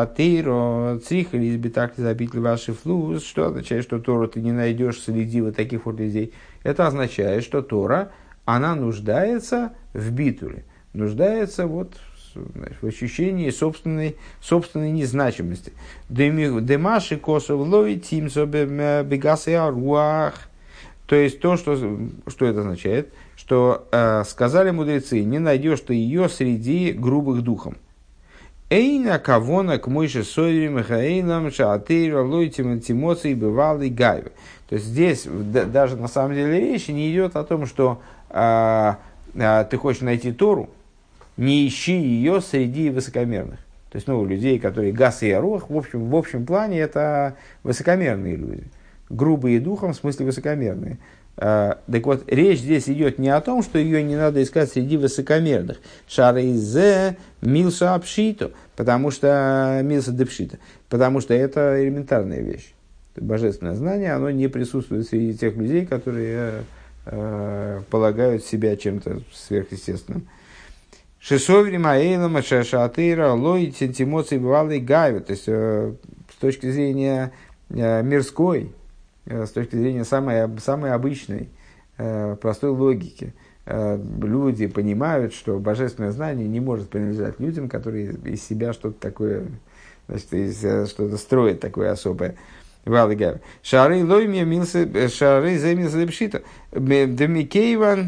означает, что Тору ты не найдешь среди вот таких вот людей? Это означает, что Тора, она нуждается в битуле, нуждается в ощущении собственной незначимости. Демаши косов лой тимсо бегасы аруах. То есть то, что это означает, что сказали мудрецы: не найдешь ты ее среди грубых духом. Эйна кавона к мойше сойри михаилам шаатейра лой тимоций бывалый гайве. То То есть здесь даже на самом деле речь не идет о том, что ты хочешь найти Тору, не ищи ее среди высокомерных. То есть, людей, которые гас и аруах, в общем плане, это высокомерные люди. Грубые духом, в смысле высокомерные. Так вот, речь здесь идет не о том, что ее не надо искать среди высокомерных. Шарейзе милса апшито, потому что милса депшита, потому что это элементарная вещь. Божественное знание, оно не присутствует среди тех людей, которые полагают себя чем-то сверхъестественным. Шесоври маэйлама шашатыра лой тентимоций бывалый гайвы. То есть, с точки зрения мирской, с точки зрения самой обычной, простой логики, люди понимают, что божественное знание не может принадлежать людям, которые из себя что-то такое, что-то строят такое особое. Валый гайвы. Шары лой милсы, шары земилсы лепшита. Демикейван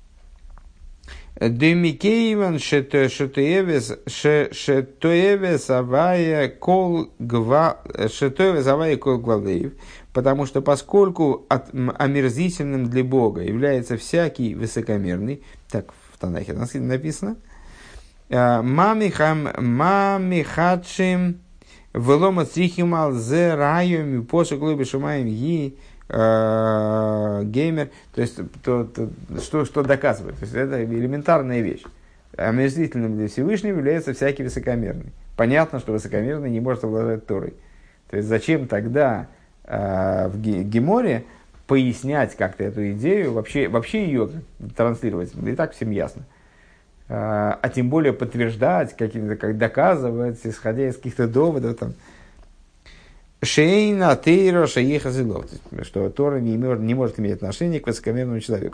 шетоевес авая кол гвалеев, потому что поскольку омерзительным для Бога является всякий высокомерный, так в Танахе написано, мамихадшим велома црихимал зе райоми посок лоби шумаем ги геймер, то есть что доказывает, то есть это элементарная вещь. Омерзительным для Всевышнего является всякий высокомерный. Понятно, что высокомерный не может обладать Торой. То есть зачем тогда в Геморе пояснять как-то эту идею, вообще ее транслировать, и так всем ясно. А тем более подтверждать, как доказывать, исходя из каких-то доводов там. Шейна тейра шаеха зилов, что Тора не может иметь отношения к высокомерному человеку.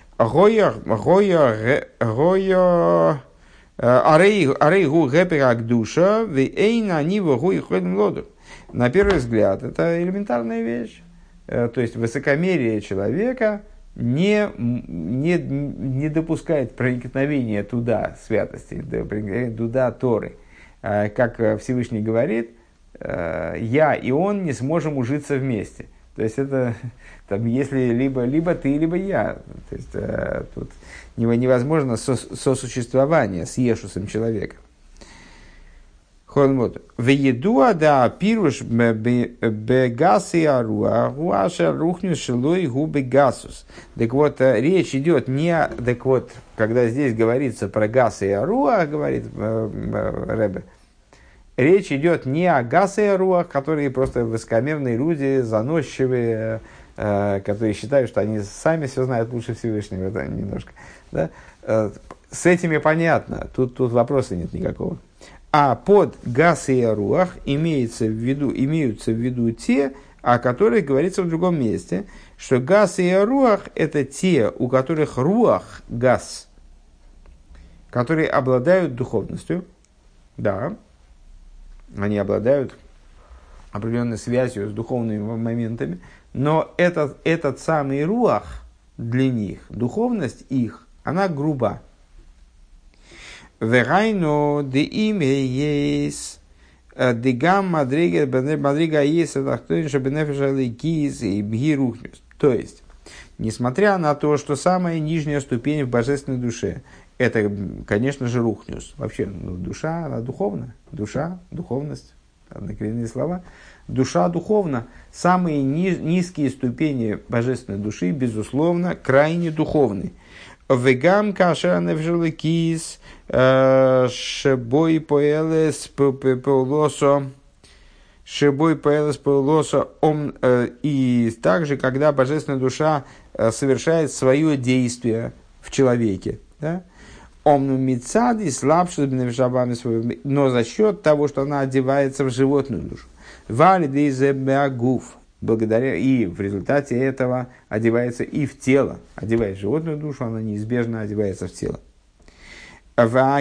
Арейгу гэпирак душа, вейна нива гуи ходим лоду. На первый взгляд, это элементарная вещь. То есть, высокомерие человека не допускает проникновения туда святости, туда Торы. Как Всевышний говорит, я и он не сможем ужиться вместе. То есть, это там, если либо ты, либо я. То есть, тут невозможно сосуществование с Ешусом человека. Веедуа да пируш бегаси аруа гуаша рухню шилой губы гасус. Так вот, речь идет не... Так вот, когда здесь говорится про гасы и аруа, говорит Ребе, речь идет не о гасе и аруах, которые просто высокомерные люди, заносчивые, которые считают, что они сами все знают лучше Всевышнего, да, немножко. Да? С этими понятно, тут вопроса нет никакого. А под гас и аруах имеются в виду те, о которых говорится в другом месте, что гас и аруах – это те, у которых руах гас, которые обладают духовностью, да, они обладают определенной связью с духовными моментами, но этот самый руах для них, духовность их, она груба. Верайно де имя есть дегам мадрига есть адахтониша бенефиша лейкиз и бгирухнюс. То есть, несмотря на то, что самая нижняя ступень в божественной душе, это, конечно же, рухнюс. Вообще, душа, она духовна. Душа, духовность, однокоренные слова. Душа духовна. Самые низкие ступени божественной души, безусловно, крайне духовны. Вегам каша невжеликис шебой поэлес пеулосо и также, когда божественная душа совершает свое действие в человеке, да? Но за счет того, что она одевается в животную душу. Благодаря, и в результате этого одевается и в тело. Одевая животную душу, она неизбежно одевается в тело. И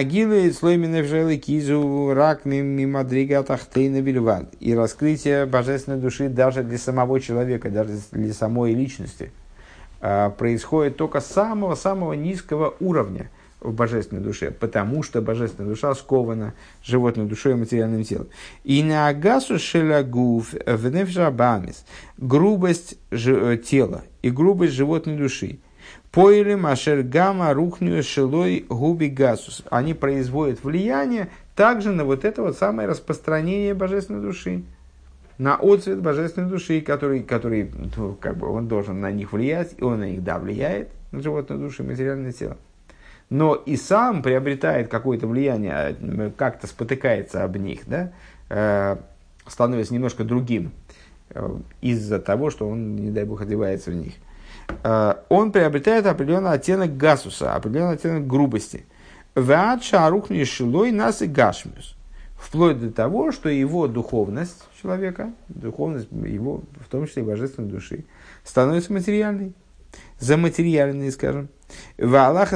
раскрытие божественной души даже для самого человека, даже для самой личности, происходит только с самого-самого низкого уровня. в божественной душе, потому что божественная душа скована животной душой и материальным телом. И на агасу шелягуф в нефшабамис, грубость тела и грубость животной души. Поили машер гамма рухню шелой губи гасус. Они производят влияние также на вот это вот самое распространение божественной души, на отцвет божественной души, который ну, как бы он должен на них влиять, и он на них, да, влияет, на животную душу и материальное тело. Но и сам приобретает какое-то влияние, как-то спотыкается об них, да, становится немножко другим из-за того, что он, не дай бог, одевается в них. Он приобретает определенный оттенок гасуса, определенный оттенок грубости. Ваача рухни шилой нас и гашмиус. Вплоть до того, что его духовность человека, духовность его, в том числе и божественной души, становится материальной, заматериальной, скажем. Может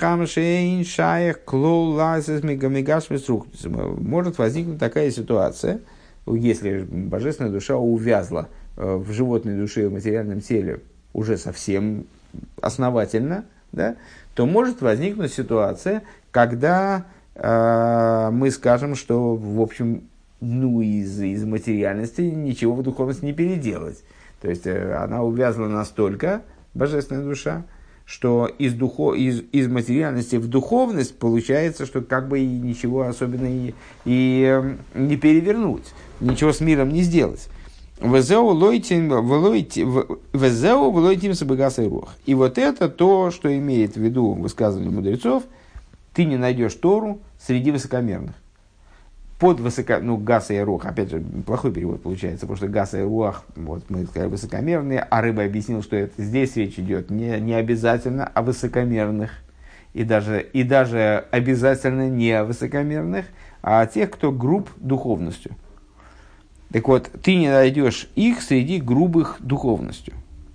возникнуть такая ситуация, если божественная душа увязла в животной душе и в материальном теле уже совсем основательно, да, то может возникнуть ситуация, когда мы скажем, что, в общем, ну, из материальности ничего в духовности не переделать. То есть она увязла настолько, божественная душа, что из материальности в духовность получается, что как бы и ничего особенно и не перевернуть, ничего с миром не сделать. И вот это то, что имеет в виду высказывание мудрецов: ты не найдешь Тору среди высокомерных. Гаса и руах, опять же, плохой перевод получается, потому что гаса и руах, вот мы сказали высокомерные, а Рыба объяснил, что это здесь речь идет не обязательно о высокомерных, и даже обязательно не о высокомерных, а о тех, кто груб духовностью. Так вот, ты не найдешь их среди грубых духовностью.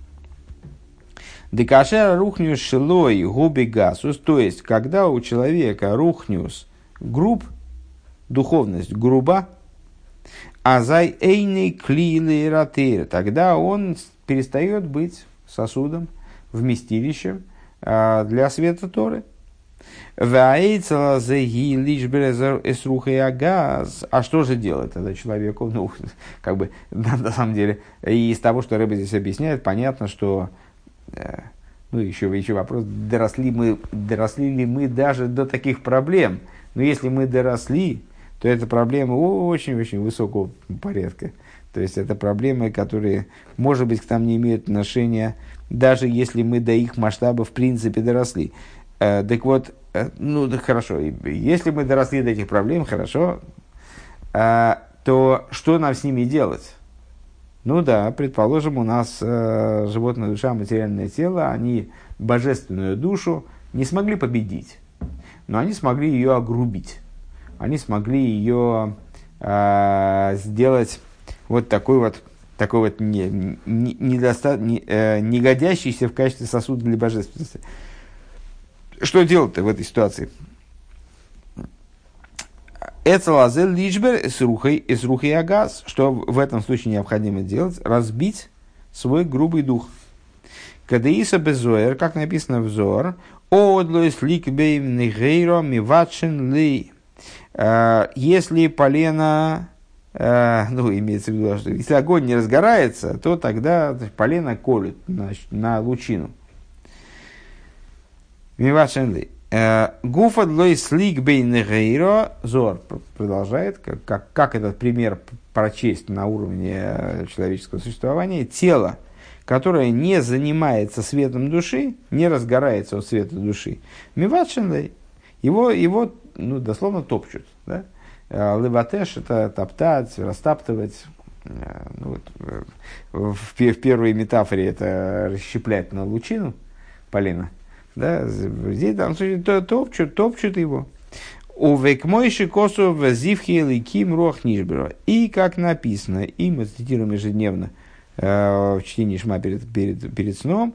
Декашер рухнюс шилой губи гасус, то есть, когда у человека рухнюс груб, духовность груба, а зай эйней клили ратейр, тогда он перестает быть сосудом, вместилищем для света Торы. А что же делать тогда человеку? Ну, как бы, на самом деле, и из того, что Рэбе здесь объясняет, понятно, что, ну, еще вопрос, доросли ли мы даже до таких проблем. Но если мы доросли, то это проблемы очень-очень высокого порядка. То есть, это проблемы, которые, может быть, к нам не имеют отношения, даже если мы до их масштаба в принципе доросли. Так вот, ну, да, хорошо, если мы доросли до этих проблем, хорошо, то что нам с ними делать? Ну да, предположим, у нас животная душа, материальное тело, они божественную душу не смогли победить, но они смогли ее огрубить. Они смогли ее сделать вот такой вот не годящийся в качестве сосуда для божественности. Что делать-то в этой ситуации? Эцелазель личбер с рухой агаз. Что в этом случае необходимо делать? Разбить свой грубый дух. Кадеиса безоэр, как написано в Зоар, одлоис ликбейм нигейро миватшен ли. Если полено, ну, имеется в виду, что если огонь не разгорается, то тогда полено колют на лучину. Гуфа длойс ликбейм нигейро. Зоар продолжает, как этот пример прочесть на уровне человеческого существования. Тело, которое не занимается светом души, не разгорается от света души, миватшенлей, его ну, дословно топчут. Да? Леватеш – это топтать, растаптывать. Ну, вот, в первой метафоре это расщеплять на лучину полено. Да? Здесь в данном случае топчут его. Увекмойши косу в зивхе ликим руах нишбера. И, как написано, и мы цитируем ежедневно в чтении Шма перед сном,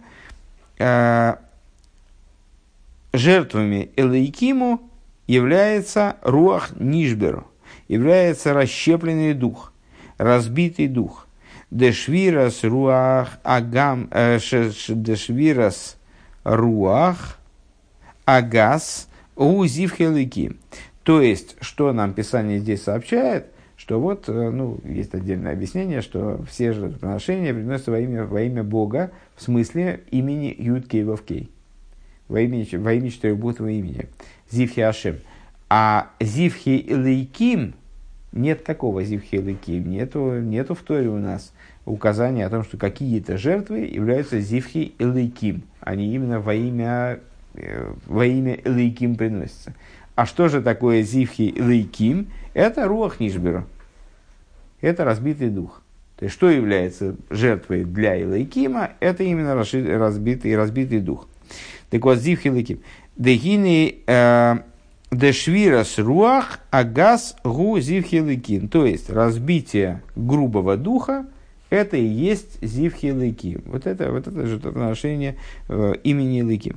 жертвами Элейкиму является руах нишберу, является расщепленный дух, разбитый дух. Дешвирас руах агам, дешвирас руах агас у зивхелыки. То есть, что нам Писание здесь сообщает, что вот, есть отдельное объяснение, что все жертвоприношения приносятся во имя Бога, в смысле имени Юд-Кей Вав-Кей, во имя четырехбуквенного имени, Зивхи Ашем. А Зивхи Элейким, нет такого Зивхи Элейким, нету в Торе у нас указания о том, что какие-то жертвы являются Зивхи Элейким, они именно во имя Элейким приносятся. А что же такое Зивхи Элейким? Это руах нишбера. Это разбитый дух. То есть, что является жертвой для Элейкима? Это именно разбитый дух. Так вот, Зивхи Элейким. Дегини дешвирас руах агас гу Зивхи Элейким. То есть, разбитие грубого духа, это и есть Зивхи Элейким. Вот это жертвоприношение имени Элейким.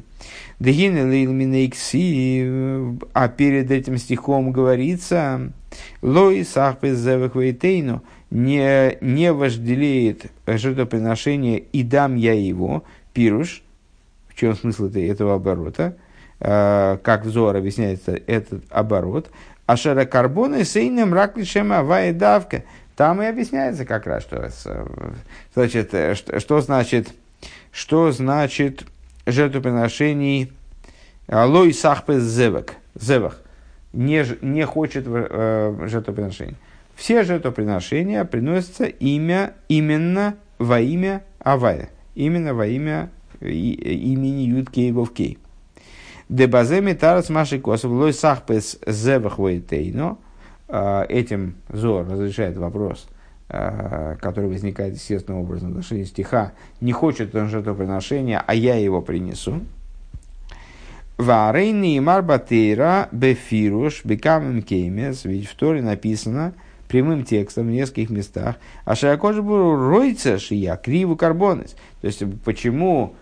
А перед этим стихом говорится, «Лой сахпес зевах вейтейну» не вожделеет жертвоприношение «и дам я его», пируш, в чем смысл этого оборота, как в Зоар объясняется этот оборот, «Ашара карбоны сейнем раклишем авай давка». Там и объясняется как раз, что значит жертвоприношений лой сахпес зевах, не хочет жертвоприношений. Все жертвоприношения приносятся именно во имя Авая, именно во имя имени Юд-Кей Вов-Кей. Дебаземи тарас маши косов лой сахпес зевах войтейно. Этим Зоар разрешает вопрос, который возникает естественным образом в отношении стиха. Не хочет он жертвоприношения, а я его принесу. Варейни марбатейра бефируш бекамем кеймес. Ведь в Торе написано прямым текстом в нескольких местах. А шиакош был ройца шия криву карбонес. То есть, почему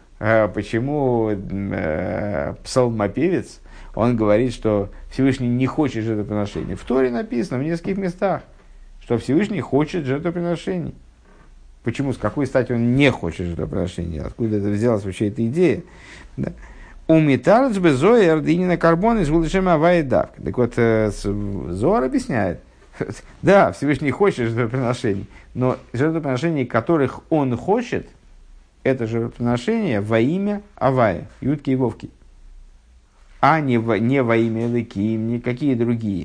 псалмопевец, он говорит, что Всевышний не хочет жертвоприношений. В Торе написано в нескольких местах, что Всевышний хочет жертвоприношений. Почему? С какой стати он не хочет жертвоприношений? Откуда это взялась вообще эта идея? Да. Умитарц бы Зоя Ардинина Карбон из Вулышем Авай Давка. Так вот, Зоар объясняет. Да, Всевышний хочет жертвоприношений, но жертвоприношений, которых он хочет, это жертвоприношение во имя Авая, Юдки и Вовки. А не во имя Элоким, никакие другие.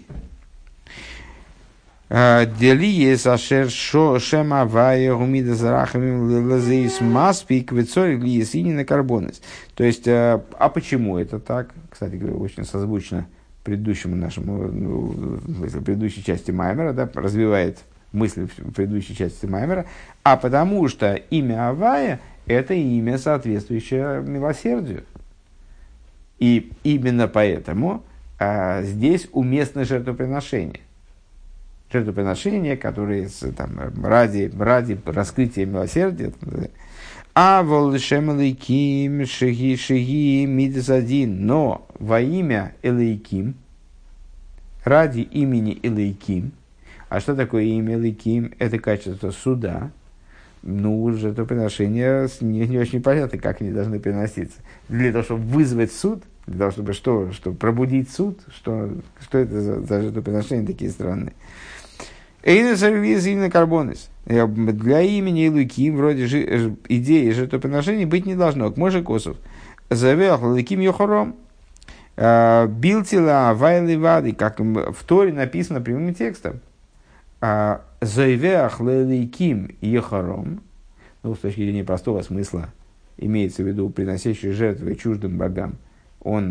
Делие сашер шем Авая гумида зарахами лазеис маспик вецорик лиесини на карбонес. То есть, а почему это так? Кстати говоря, очень созвучно предыдущему нашему, предыдущей части Маймера, да, развивает мысли в предыдущей части Маймера. А потому что имя Авая – это имя, соответствующее милосердию. И именно поэтому здесь уместно жертвоприношение. Жертвоприношения, которые ради раскрытия милосердия. А волшем элейким шеги мидас один. Но во имя Элейким, ради имени Элейким. А что такое имя Элейким? Это качество суда. Жертвоприношения не очень понятно, как они должны приноситься. Для того, чтобы вызвать суд, для того, чтобы чтобы пробудить суд, что это за жертвоприношения такие странные. Эйнес арвизина карбонес. Для имени Элейким вроде идеи жертвоприношений быть не должно. К може косов. Завех Элейким йохором. Билтила вайли вады, как в Торе написано прямым текстом. Зайвеах лелейким ехаром, с точки зрения простого смысла, имеется в виду приносящий жертвы чуждым богам, он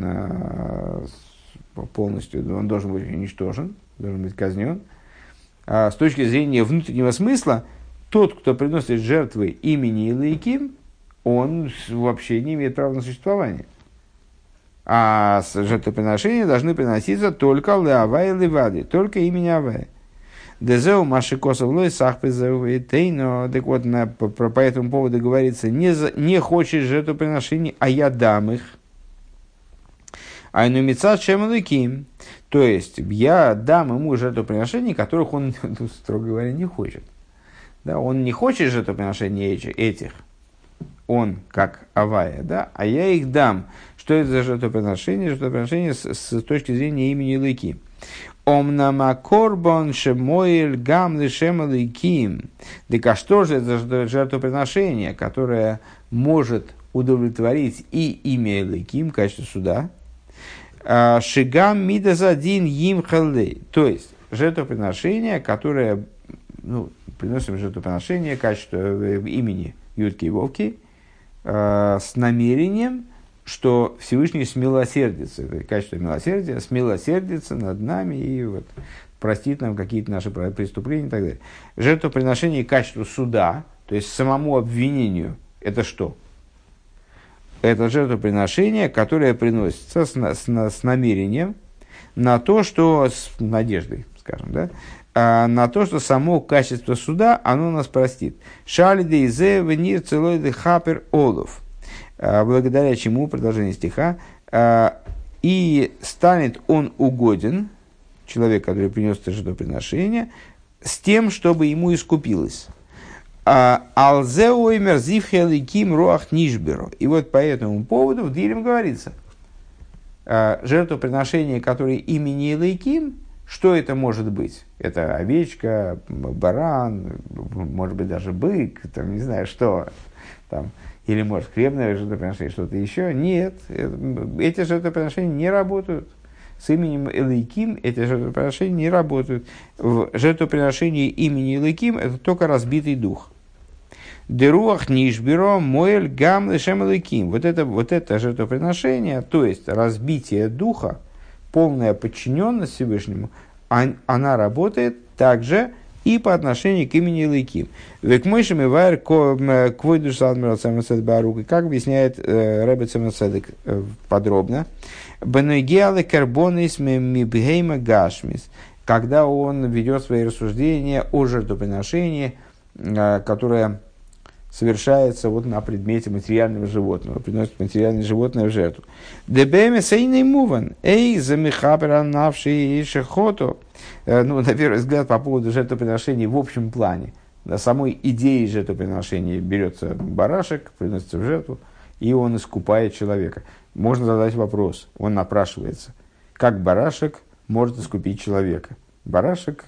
полностью он должен быть уничтожен, должен быть казнен. А с точки зрения внутреннего смысла, тот, кто приносит жертвы имени Элейким, он вообще не имеет права на существование. А жертвоприношения должны приноситься только леавай левады, только имени Авая. Дезеу маши косов лой сахпезеу но так вот, по этому поводу говорится, не хочешь жертвоприношений, а я дам их. Айну мицат шем элейким. То есть, я дам ему жертвоприношений, которых он, строго говоря, не хочет. Да, он не хочет жертвоприношений этих. Он как Авая, да, а я их дам. Что это за жертвоприношение? Жертвоприношение с точки зрения имени Элоким. Омнама корбон шемоэль гам лишем Элоким. Так а что же это за жертвоприношение, которое может удовлетворить и имя Элоким, качество суда? Шигам мидазадин им халдей. То есть, жертвоприношение, которое, приносим жертвоприношение, качество имени Юдки и Вовки, с намерением, что Всевышний смилосердится, это качество милосердия, смилосердится над нами и простит нам какие-то наши преступления и так далее. Жертвоприношение качества суда, то есть самому обвинению, это что? Это жертвоприношение, которое приносится с намерением на то, что, с надеждой, скажем, да, на то, что само качество суда, оно нас простит. Шалиды изе венир целойды хапер олов. Благодаря чему, продолжение стиха, и станет он угоден, человек, который принес это жертвоприношение, с тем, чтобы ему искупилось. Алзеоймер зивхеликим руах нишберо. И вот по этому поводу в Дилем говорится, жертвоприношение, которое имени Элоким, что это может быть? Это овечка, баран, может быть даже бык, там, не знаю что, там, или может хлебное жертвоприношение, что-то еще. Нет, эти жертвоприношения не работают. С именем Элоким эти жертвоприношения не работают. В жертвоприношении имени Элоким это только разбитый дух. Деруах нишберо моэль гам лешем Элоким. Вот это жертвоприношение, то есть разбитие духа, полная подчиненность Всевышнему, она работает также и по отношению к имени Элоким. Векмойшим и вайр квойдуш салмирал самосед барук. И как объясняет Ребе Цемеседек подробно, бенойгеалы карбонис мибгейма гашмис, когда он ведет свои рассуждения о жертвоприношении, которое совершается на предмете материального животного, приносит материальное животное в жертву. Дебеме сейный муван, эй, замихабера навший шехото. На первый взгляд, по поводу жертвоприношений в общем плане, самой идеей жертвоприношения берется барашек, приносится в жертву, и он искупает человека. Можно задать вопрос, он напрашивается, как барашек может искупить человека? Барашек,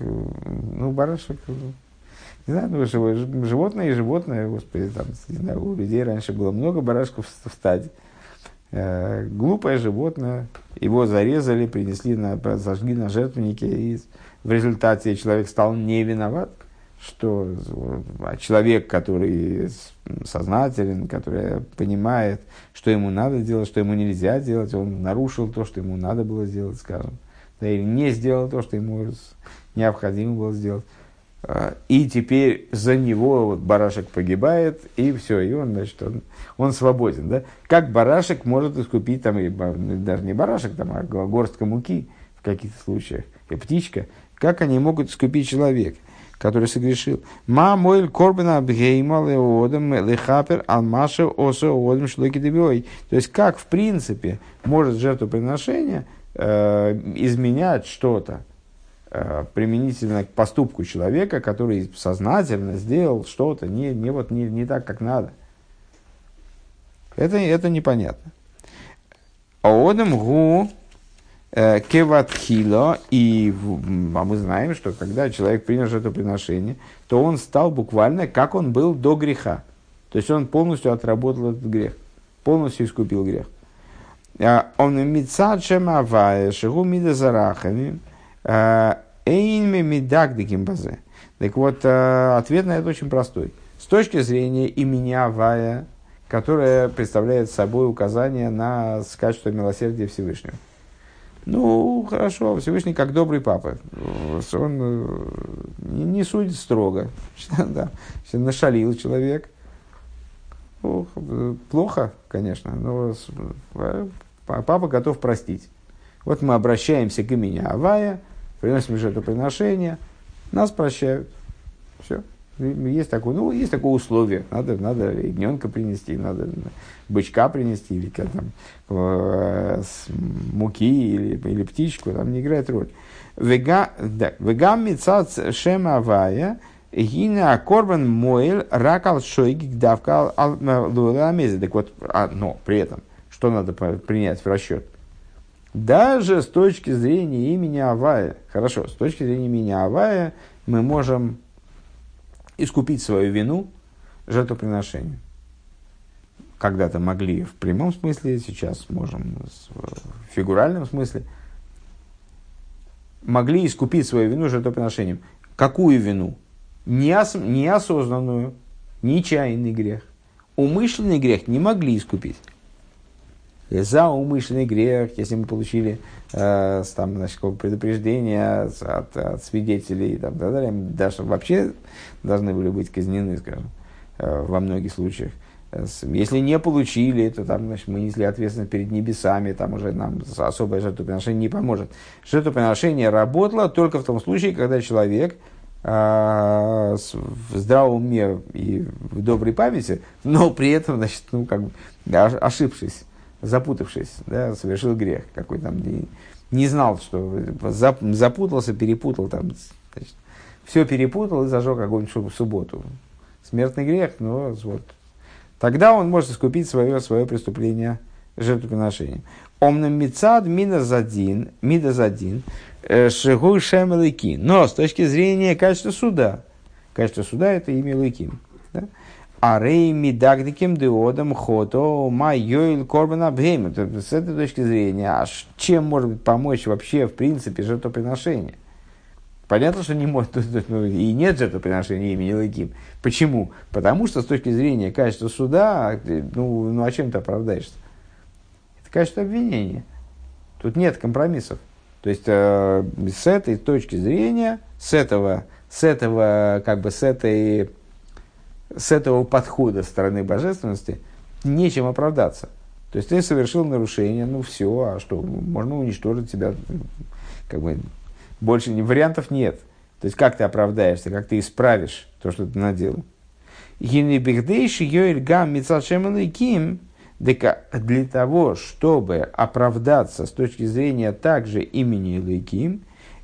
не знаю, животное и животное, господи, там, не знаю, у людей раньше было много барашков в стаде. Глупое животное, его зарезали, зажгли на жертвеннике, и в результате человек стал не виноват, что человек, который сознателен, который понимает, что ему надо делать, что ему нельзя делать, он нарушил то, что ему надо было сделать, скажем, да, или не сделал то, что ему необходимо было сделать. И теперь за него барашек погибает, и все, и он, значит, он свободен. Да? Как барашек может искупить, там, даже не барашек, там, а горстка муки в каких-то случаях, и птичка, как они могут искупить человека, который согрешил? Ма мойль корбана бгейма леодам лехапер алмаша осо одам шлоки дебиой. То есть, как в принципе может жертвоприношение изменять что-то, применительно к поступку человека, который сознательно сделал что-то не так, как надо. Это непонятно. Аодам гу кеватхило, а мы знаем, что когда человек принял жертвоприношение, то он стал буквально, как он был до греха. То есть он полностью отработал этот грех, полностью искупил грех. Он мицадшем авая шигу мидазарахами. Эйнми медагдиким базе. Так вот, ответ на это очень простой. С точки зрения имени Авая, которое представляет собой указание на качество милосердия Всевышнего. Хорошо, Всевышний как добрый папа. Он не судит строго. Да. Нашалил человек. Плохо, конечно, но папа готов простить. Вот мы обращаемся к имени Авая, приносим жертвоприношение, нас прощают. Все. Есть такое условие. Надо ягненка принести, надо бычка принести, или муки, или птичку, там не играет роль. Вегам мицац шем Авая, гина корбан моэль ракал шойгик давкал луэламезе. Так вот, но при этом, что надо принять в расчет. Даже с точки зрения имени Авая, хорошо, с точки зрения имени Авая мы можем искупить свою вину жертвоприношением. Когда-то могли в прямом смысле, сейчас можем в фигуральном смысле. Могли искупить свою вину жертвоприношением. Какую вину? Неосознанную, нечаянный грех. Умышленный грех не могли искупить. За умышленный грех, если мы получили предупреждение от свидетелей, и так далее, даже вообще должны были быть казнены, скажем, во многих случаях. Если не получили, то там, значит, мы несли ответственность перед небесами, там уже нам особое жертвоприношение не поможет. Жертвоприношение работало только в том случае, когда человек в здравом уме и в доброй памяти, но при этом, значит, ошибшись, запутавшись, да, совершил грех какой там, не знал, что запутался, перепутал, там, значит, все перепутал и зажег огонь в субботу. Смертный грех, но вот. Тогда он может искупить свое преступление жертвоприношением. Омнам мицад мидазадин, шигу шем элейки. Но с точки зрения качества суда это имя элейким. Арей мидагдиким деодам хото ма йоил корбан абхейм. С этой точки зрения, чем может помочь вообще в принципе жертвоприношение? Понятно, что не может, и нет жертвоприношения имени элейким. Почему? Потому что с точки зрения качества суда, о чем ты оправдаешься? Это качество обвинения. Тут нет компромиссов. То есть, с этой точки зрения, с этого подхода стороны божественности, нечем оправдаться. То есть, ты совершил нарушение, все, а что, можно уничтожить себя, больше вариантов нет. То есть, как ты оправдаешься, как ты исправишь то, что ты наделал. Для того, чтобы оправдаться с точки зрения также имени Элейким,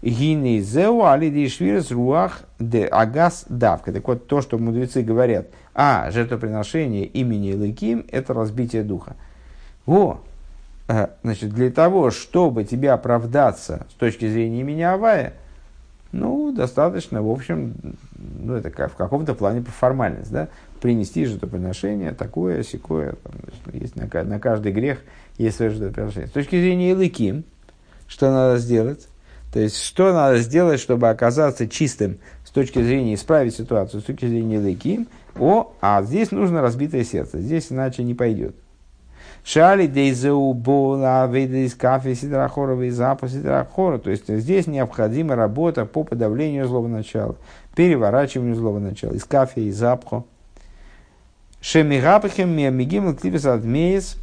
так вот, то, что мудрецы говорят, жертвоприношение имени Элейким – это разбитие духа. Значит, для того, чтобы тебе оправдаться с точки зрения имени Авая, достаточно, в общем, это как в каком-то плане формальность, да, принести жертвоприношение, такое, сякое, есть на каждый грех есть свое жертвоприношение. С точки зрения Элейким, что надо сделать? То есть, что надо сделать, чтобы оказаться чистым с точки зрения исправить ситуацию, с точки зрения Элейким? Здесь нужно разбитое сердце, здесь иначе не пойдет. Шали дейзеу бола вейдейс кафе сидрахоровый запас сидрахора. То есть здесь необходима работа по подавлению злого начала, переворачиванию злого начала из кафе и запхо. Шемигапахем мигимал клипес отмеес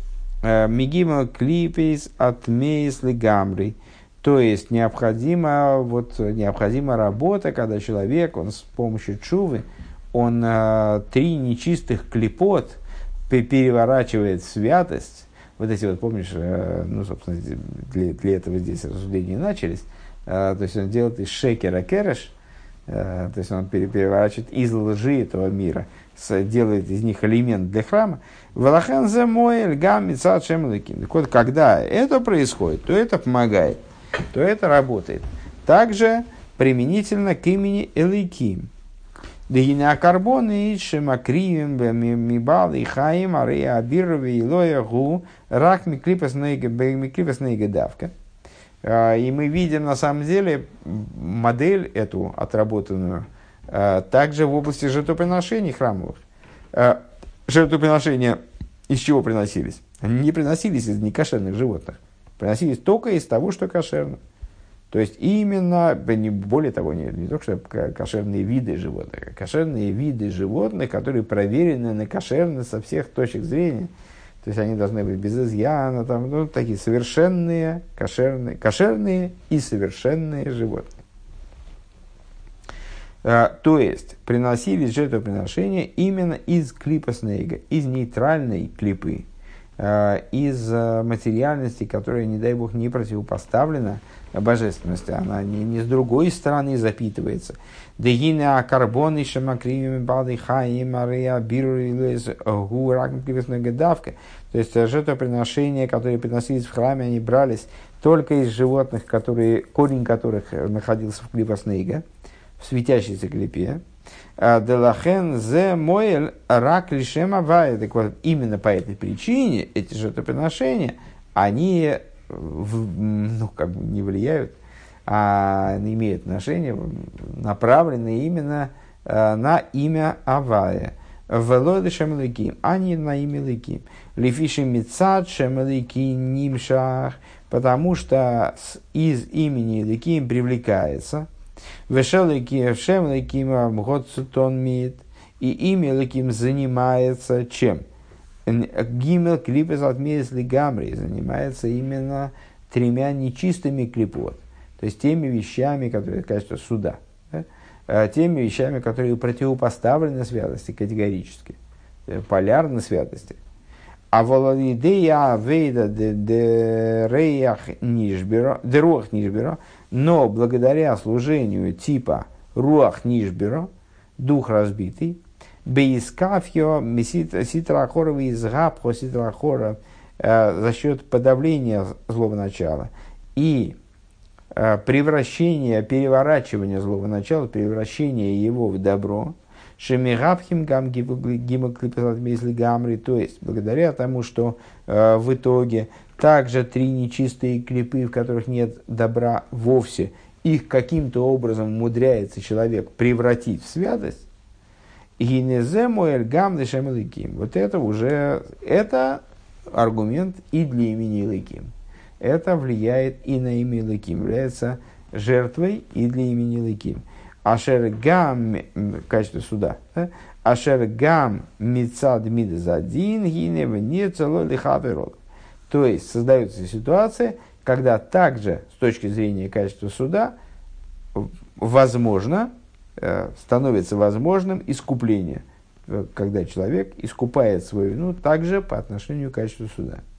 легамри. То есть необходима работа, когда человек, он с помощью чувы, он 3 нечистых клипот переворачивает в святость. Вот эти помнишь, собственно, для этого здесь рассуждения начались. То есть он делает из шекера кереш, то есть он переворачивает из лжи этого мира, делает из них элемент для храма. Валахан зе моэль гам мицад шем элейким. Так вот, когда это происходит, то это помогает, то это работает. Также применительно к имени Элейким. Дегиня карбоны шемакривим мибал и хаим арея абирови и лоя гу рак миклипас нейга давка. И мы видим на самом деле модель эту отработанную также в области жертвоприношений храмовых. Жертвоприношения из чего приносились? Они не приносились из некошерных животных. Приносились только из того, что кошерно. То есть именно, более того, не только что кошерные виды животных, а кошерные виды животных, которые проверены на кошерность со всех точек зрения. То есть они должны быть без изъяна, такие совершенные, кошерные и совершенные животные. То есть приносились жертвоприношения именно из клипа снейга, из нейтральной клипы. из материальности, которая, не дай бог, не противопоставлена божественности, она не с другой стороны запитывается. Дегина карбоны шамакривими балды хаим ария бирулис гурак гадавка. То есть жертвоприношения, которые приносились в храме, они брались только из животных, корень которых находился в клипоснейга, в светящейся клипе. Делахен зе моэль рак лишем авая. Так вот, именно по этой причине эти жертвоприношения, они не влияют, а имеют отношение, направленные именно на имя Авая. Велоды шемеликим, а не на имя Ликим. Лифиши мицад шемеликим нимшах, потому что из имени Ликим привлекается. Вешеликим год мит, и имя Ликим занимается чем? Гимел клипес отмерис лигамри, занимается именно 3 нечистыми клипот, то есть теми вещами, которые качество суда, да? Теми вещами, которые противопоставлены святости категорически, полярны святости. А володея вейда дереях нишберо, но благодаря служению типа руах нишберо, дух разбитый, бейскафьо ситрахорова изгабхо ситрахора, за счет подавления злого начала и превращения, переворачивания злого начала, превращения его в добро, шемигабхим гам гимоклипесатмейсли гамри, то есть благодаря тому, что в итоге также 3 нечистые клипы, в которых нет добра вовсе, их каким-то образом умудряется человек превратить в святость. Вот это уже аргумент и для имени Элоким. Это влияет и на имя Элоким, является жертвой и для имени Элоким. Ашер гам, качество суда, да? Ашер гам мицад мидазадин гинев не цело лихаверол. То есть создается ситуация, когда также с точки зрения качества суда возможно, становится возможным искупление, когда человек искупает свою вину также по отношению к качеству суда.